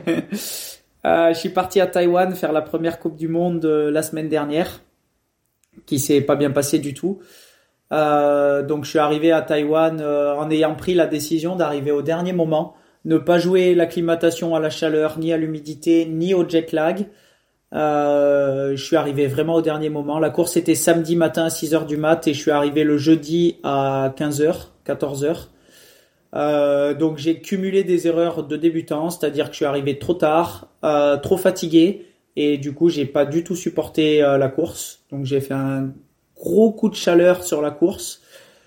euh, je suis parti à Taïwan faire la première Coupe du Monde euh, la semaine dernière, qui s'est pas bien passé du tout. Euh, donc je suis arrivé à Taïwan euh, en ayant pris la décision d'arriver au dernier moment, ne pas jouer l'acclimatation à la chaleur, ni à l'humidité, ni au jet lag. Euh, je suis arrivé vraiment au dernier moment. La course était samedi matin à six heures du mat et je suis arrivé le jeudi à quinze heures, quatorze heures. Euh, donc j'ai cumulé des erreurs de débutant, c'est-à-dire que je suis arrivé trop tard, euh, trop fatigué et du coup j'ai pas du tout supporté euh, la course. Donc j'ai fait un gros coup de chaleur sur la course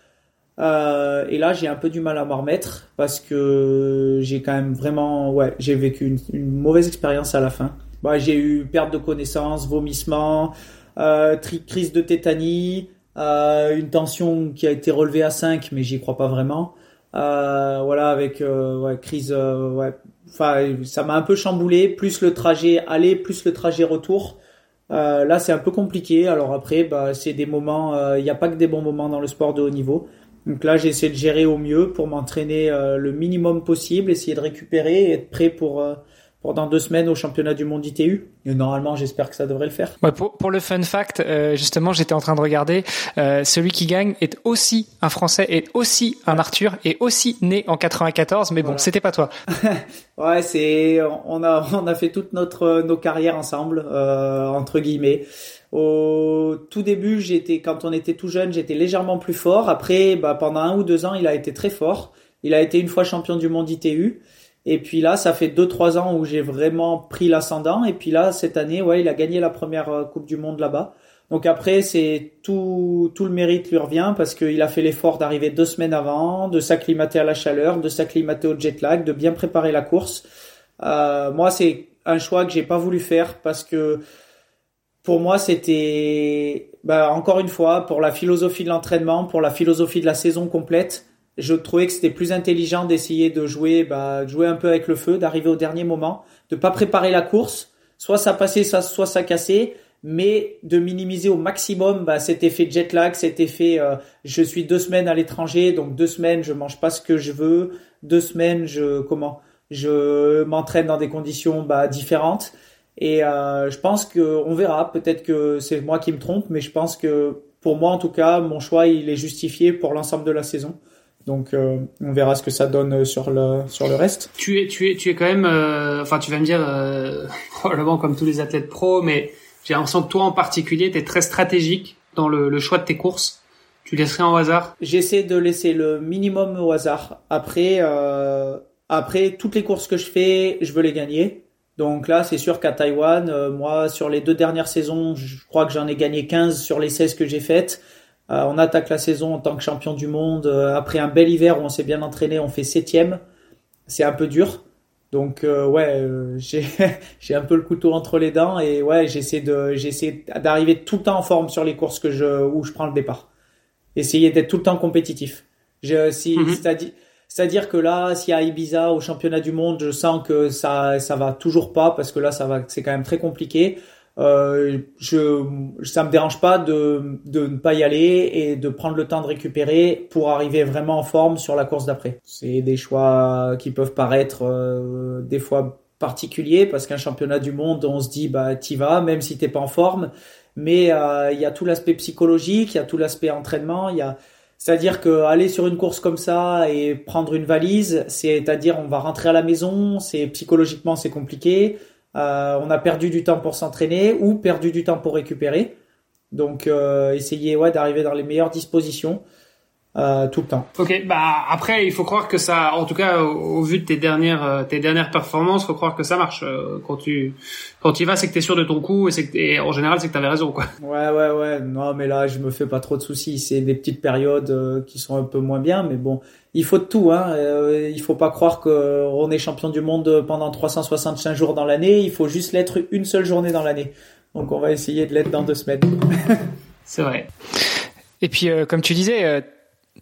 euh, et là j'ai un peu du mal à m'en remettre parce que j'ai quand même vraiment ouais j'ai vécu une, une mauvaise expérience à la fin. Bah, j'ai eu perte de connaissance, vomissement, euh, tri- crise de tétanie, euh, une tension qui a été relevée à cinq mais j'y crois pas vraiment. Euh, voilà avec euh, ouais, crise euh, ouais enfin ça m'a un peu chamboulé, plus le trajet aller plus le trajet retour. Euh, là, c'est un peu compliqué. Alors après, bah, c'est des moments. Il euh, n'y a pas que des bons moments dans le sport de haut niveau. Donc là, j'ai essayé de gérer au mieux pour m'entraîner euh, le minimum possible, essayer de récupérer et être prêt pour euh, pour dans deux semaines au championnat du monde I T U. Et normalement, j'espère que ça devrait le faire. Ouais, pour, pour le fun fact, euh, justement, j'étais en train de regarder. Euh, celui qui gagne est aussi un Français, est aussi un Arthur, est aussi né en quatre-vingt-quatorze. Mais bon, voilà. C'était pas toi. Ouais, c'est on a on a fait toute notre nos carrières ensemble euh, entre guillemets. Au tout début, j'étais quand on était tout jeune, j'étais légèrement plus fort. Après, bah pendant un ou deux ans, il a été très fort. Il a été une fois champion du monde I T U. Et puis là, ça fait deux trois ans où j'ai vraiment pris l'ascendant. Et puis là, cette année, ouais, il a gagné la première Coupe du Monde là-bas. Donc après, c'est tout tout le mérite lui revient parce qu'il a fait l'effort d'arriver deux semaines avant, de s'acclimater à la chaleur, de s'acclimater au jet lag, de bien préparer la course. Euh, moi, c'est un choix que j'ai pas voulu faire parce que pour moi, c'était bah, encore une fois pour la philosophie de l'entraînement, pour la philosophie de la saison complète. Je trouvais que c'était plus intelligent d'essayer de jouer, bah, de jouer un peu avec le feu, d'arriver au dernier moment, de pas préparer la course. Soit ça passait, soit ça cassait, mais de minimiser au maximum bah, cet effet jet lag, cet effet euh, je suis deux semaines à l'étranger, donc deux semaines je mange pas ce que je veux, deux semaines je comment je m'entraîne dans des conditions bah, différentes. Et euh, je pense que on verra. Peut-être que c'est moi qui me trompe, mais je pense que pour moi en tout cas, mon choix il est justifié pour l'ensemble de la saison. Donc euh, on verra ce que ça donne sur le sur le reste. Tu es tu es tu es quand même euh, enfin tu vas me dire euh, probablement comme tous les athlètes pros, mais j'ai l'impression que toi en particulier tu es très stratégique dans le, le choix de tes courses. Tu laisses rien au hasard? J'essaie de laisser le minimum au hasard. Après euh, après toutes les courses que je fais, je veux les gagner. Donc là, c'est sûr qu'à Taïwan, euh, moi sur les deux dernières saisons, je crois que j'en ai gagné quinze sur les seize que j'ai faites. Euh, on attaque la saison en tant que champion du monde. Euh, après un bel hiver où on s'est bien entraîné, on fait septième. C'est un peu dur. Donc euh, ouais, euh, j'ai j'ai un peu le couteau entre les dents et ouais, j'essaie de j'essaie d'arriver tout le temps en forme sur les courses que je où je prends le départ. Essayer d'être tout le temps compétitif. Je, si mm-hmm. c'est-à-dire c'est-à-dire que là, si à Ibiza au championnat du monde, je sens que ça ça va toujours pas parce que là ça va c'est quand même très compliqué. Euh, je, ça me dérange pas de, de ne pas y aller et de prendre le temps de récupérer pour arriver vraiment en forme sur la course d'après. C'est des choix qui peuvent paraître euh, des fois particuliers parce qu'un championnat du monde, on se dit bah t'y vas même si t'es pas en forme. Mais euh, il y a tout l'aspect psychologique, il y a tout l'aspect entraînement, il y a c'est-à-dire que aller sur une course comme ça et prendre une valise, c'est-à-dire on va rentrer à la maison, c'est psychologiquement c'est compliqué. Euh, on a perdu du temps pour s'entraîner ou perdu du temps pour récupérer. Donc, euh, essayer ouais, d'arriver dans les meilleures dispositions euh, tout le temps. Ok, bah après, il faut croire que ça, en tout cas, au, au vu de tes dernières, tes dernières performances, faut croire que ça marche. Quand tu, quand tu y vas, c'est que t'es sûr de ton coup et c'est que et en général, c'est que t'avais raison, quoi. Ouais, ouais, ouais. Non, mais là, je me fais pas trop de soucis. C'est des petites périodes euh, qui sont un peu moins bien, mais bon. Il faut de tout, hein. Euh, il faut pas croire que on est champion du monde pendant trois cent soixante-cinq jours dans l'année. Il faut juste l'être une seule journée dans l'année. Donc, on va essayer de l'être dans deux semaines. C'est vrai. Et puis, euh, comme tu disais, euh,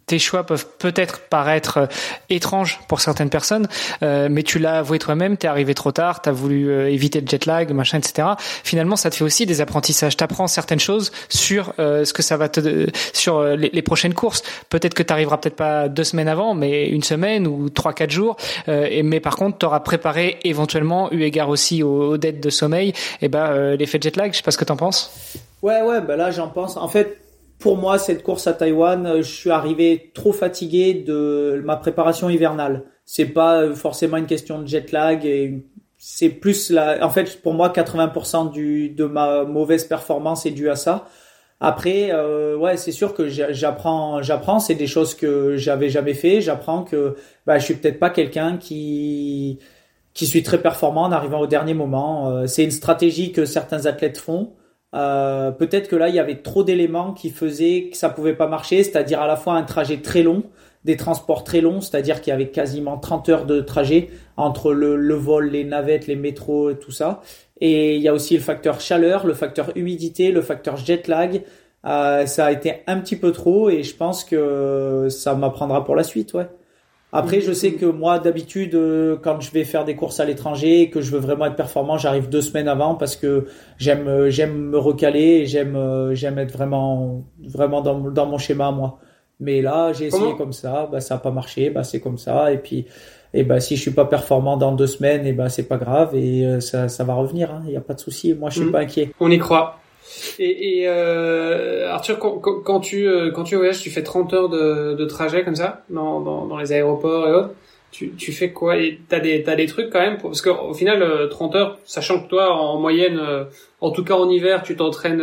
tes choix peuvent peut-être paraître euh, étranges pour certaines personnes, euh, mais tu l'as avoué toi-même, t'es arrivé trop tard, t'as voulu euh, éviter le jet lag, machin, et cetera. Finalement, ça te fait aussi des apprentissages. T'apprends certaines choses sur euh, ce que ça va te, sur euh, les, les prochaines courses. Peut-être que t'arriveras peut-être pas deux semaines avant, mais une semaine ou trois, quatre jours. Euh, et, mais par contre, t'auras préparé éventuellement, eu égard aussi aux, aux dettes de sommeil, et ben euh, l'effet jet lag. Je sais pas ce que t'en penses. Ouais, ouais, ben là j'en pense. En fait. Pour moi, cette course à Taïwan, je suis arrivé trop fatigué de ma préparation hivernale. C'est pas forcément une question de jet lag, et c'est plus la. En fait, pour moi, quatre-vingts pour cent du de ma mauvaise performance est due à ça. Après, euh, ouais, c'est sûr que j'apprends, j'apprends. C'est des choses que j'avais jamais fait. J'apprends que bah, je suis peut-être pas quelqu'un qui qui suis très performant en arrivant au dernier moment. C'est une stratégie que certains athlètes font. Euh, peut-être que là il y avait trop d'éléments qui faisaient que ça pouvait pas marcher, c'est-à-dire à la fois un trajet très long, des transports très longs, c'est-à-dire qu'il y avait quasiment trente heures de trajet entre le, le vol, les navettes, les métros et tout ça. Et il y a aussi le facteur chaleur, le facteur humidité, le facteur jet lag. Euh, ça a été un petit peu trop et je pense que ça m'apprendra pour la suite, ouais. Après, je sais que moi, d'habitude, quand je vais faire des courses à l'étranger et que je veux vraiment être performant, j'arrive deux semaines avant parce que j'aime, j'aime me recaler et j'aime, j'aime être vraiment, vraiment dans, dans mon schéma, moi. Mais là, j'ai essayé Comment comme ça, bah, ça a pas marché, bah, c'est comme ça. Et puis, et bah, si je suis pas performant dans deux semaines, et bah, c'est pas grave et euh, ça, ça va revenir, hein. Il y a pas de souci. Moi, je suis mmh. pas inquiet. On y croit. Et, et euh, Arthur, quand, quand tu quand tu voyages, tu fais trente heures de, de trajet comme ça dans, dans dans les aéroports et autres. Tu tu fais quoi? Et t'as des t'as des trucs quand même pour, parce qu'au final trente heures, sachant que toi en moyenne, en tout cas en hiver, tu t'entraînes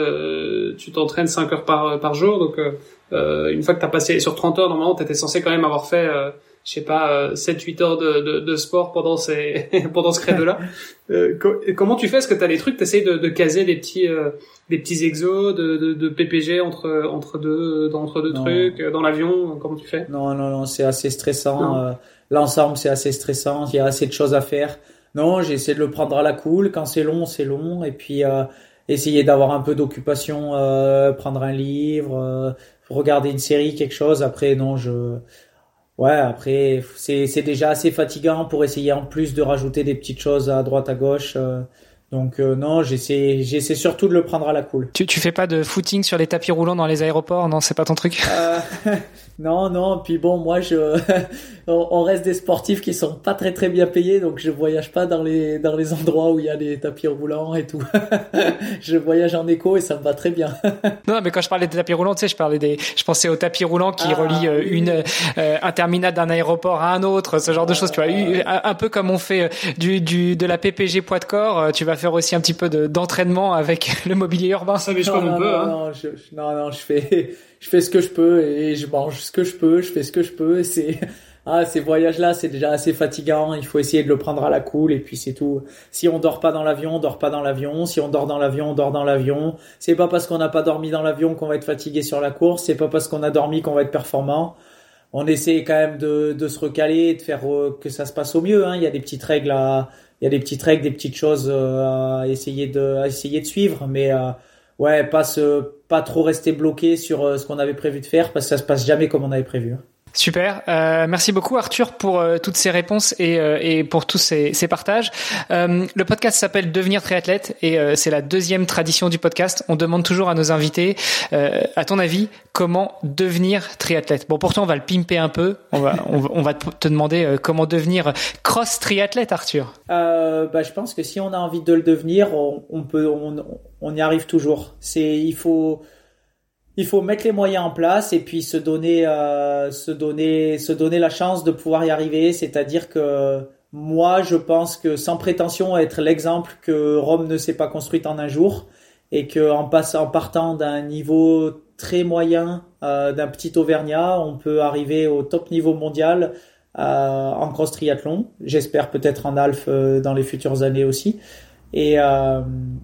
tu t'entraînes cinq heures par par jour. Donc euh, une fois que t'as passé sur trente heures, normalement t'étais censé quand même avoir fait euh, je sais pas, sept huit heures de, de, de sport pendant ces, pendant ce credo-là. Euh, co- comment tu fais? Est-ce que t'as des trucs, t'essayes de, de caser des petits, euh, des petits exos, de, de, de P P G entre, entre deux, entre deux trucs, dans l'avion? Comment tu fais? Non, non, non, c'est assez stressant. Euh, l'ensemble, c'est assez stressant. Il y a assez de choses à faire. Non, j'essaie de le prendre à la cool. Quand c'est long, c'est long. Et puis, euh, essayer d'avoir un peu d'occupation, euh, prendre un livre, euh, regarder une série, quelque chose. Après, non, je, Ouais, après c'est c'est déjà assez fatigant pour essayer en plus de rajouter des petites choses à droite à gauche. Euh, donc euh, non, j'essaie j'essaie surtout de le prendre à la cool. Tu tu fais pas de footing sur les tapis roulants dans les aéroports? Non, c'est pas ton truc. Euh, non non, puis bon, moi je on reste des sportifs qui sont pas très très bien payés, donc je voyage pas dans les dans les endroits où il y a des tapis roulants et tout. Je voyage en éco et ça me va très bien. Non, mais quand je parlais des tapis roulants, tu sais, je parlais des je pensais aux tapis roulants qui ah, relient euh, oui. une euh, un terminal d'un aéroport à un autre, ce genre de choses, tu vois, un, un peu comme on fait du du de la P P G poids de corps, tu vas faire aussi un petit peu de d'entraînement avec le mobilier urbain. Ça mais je comme on peut non, hein. Non, je, non non, je fais je fais ce que je peux et je mange ce que je peux, je fais ce que je peux, c'est ah, ces voyages-là, c'est déjà assez fatigant. Il faut essayer de le prendre à la cool et puis c'est tout. Si on dort pas dans l'avion, on dort pas dans l'avion. Si on dort dans l'avion, on dort dans l'avion. C'est pas parce qu'on n'a pas dormi dans l'avion qu'on va être fatigué sur la course. C'est pas parce qu'on a dormi qu'on va être performant. On essaie quand même de, de se recaler, de faire euh, que ça se passe au mieux, hein. Il y a des petites règles à, il y a des petites règles, des petites choses euh, à essayer de, à essayer de suivre, mais euh, ouais, pas se, pas trop rester bloqué sur euh, ce qu'on avait prévu de faire parce que ça se passe jamais comme on avait prévu. Super, euh, merci beaucoup Arthur pour euh, toutes ces réponses et, euh, et pour tous ces, ces partages. Euh, le podcast s'appelle Devenir triathlète et euh, c'est la deuxième tradition du podcast. On demande toujours à nos invités, euh, à ton avis, comment devenir triathlète? Bon, pourtant on va le pimper un peu. On va, on va, on va te demander euh, comment devenir cross triathlète, Arthur. Euh, bah, je pense que si on a envie de le devenir, on, on peut, on, on y arrive toujours. C'est, il faut. Il faut mettre les moyens en place et puis se donner, euh, se donner, se donner la chance de pouvoir y arriver. C'est-à-dire que moi, je pense que sans prétention à être l'exemple que Rome ne s'est pas construite en un jour et que en passant, en partant d'un niveau très moyen, euh, d'un petit Auvergnat, on peut arriver au top niveau mondial euh, en cross triathlon. J'espère peut-être en half euh, dans les futures années aussi. Et euh,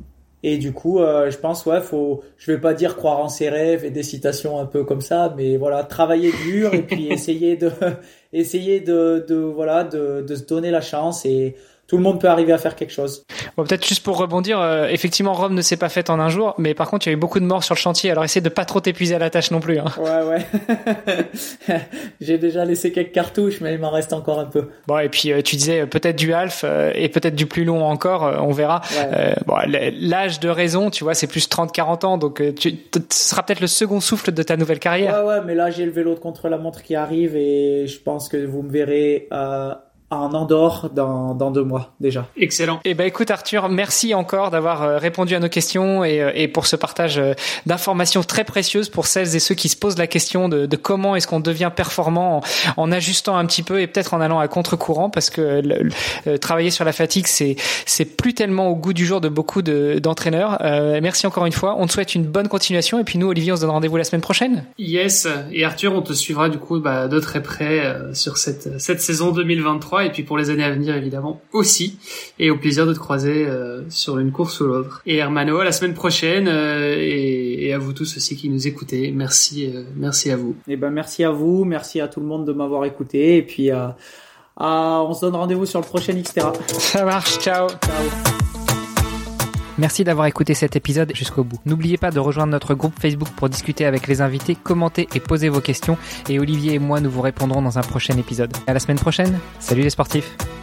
Et du coup, euh, je pense, ouais, faut, je vais pas dire croire en ses rêves et des citations un peu comme ça, mais voilà, travailler dur et puis essayer de, essayer de, de, voilà, de, de se donner la chance et tout le monde peut arriver à faire quelque chose. Bon, peut-être juste pour rebondir, euh, effectivement, Rome ne s'est pas faite en un jour, mais par contre, il y a eu beaucoup de morts sur le chantier, alors essaie de pas trop t'épuiser à la tâche non plus. Hein. Ouais, ouais. J'ai déjà laissé quelques cartouches, mais il m'en reste encore un peu. Bon, et puis euh, tu disais euh, peut-être du half euh, et peut-être du plus long encore, euh, on verra. Ouais. Euh, bon, l'âge de raison, tu vois, c'est plus trente quarante ans, donc euh, tu, ce sera peut-être le second souffle de ta nouvelle carrière. Ouais, ouais, mais là, j'ai le vélo de contre-la-montre qui arrive et je pense que vous me verrez... Euh... en Andorre dans, dans deux mois déjà. Excellent. Eh ben écoute Arthur, merci encore d'avoir répondu à nos questions et, et pour ce partage d'informations très précieuses pour celles et ceux qui se posent la question de, de comment est-ce qu'on devient performant en, en ajustant un petit peu et peut-être en allant à contre-courant parce que le, le, travailler sur la fatigue c'est c'est plus tellement au goût du jour de beaucoup de, d'entraîneurs. Euh, merci encore une fois. On te souhaite une bonne continuation et puis nous Olivier on se donne rendez-vous la semaine prochaine. Yes. Et Arthur on te suivra du coup bah, de très près euh, sur cette cette saison deux mille vingt-trois. Et puis pour les années à venir évidemment aussi, et au plaisir de te croiser euh, sur une course ou l'autre. Et Hermano, à la semaine prochaine, euh, et, et à vous tous aussi qui nous écoutez, merci euh, merci à vous. Et ben merci à vous, merci à tout le monde de m'avoir écouté, et puis euh, euh, on se donne rendez-vous sur le prochain Xterra. Ça marche, ciao. Ciao. Merci d'avoir écouté cet épisode jusqu'au bout. N'oubliez pas de rejoindre notre groupe Facebook pour discuter avec les invités, commenter et poser vos questions. Et Olivier et moi, nous vous répondrons dans un prochain épisode. À la semaine prochaine. Salut les sportifs.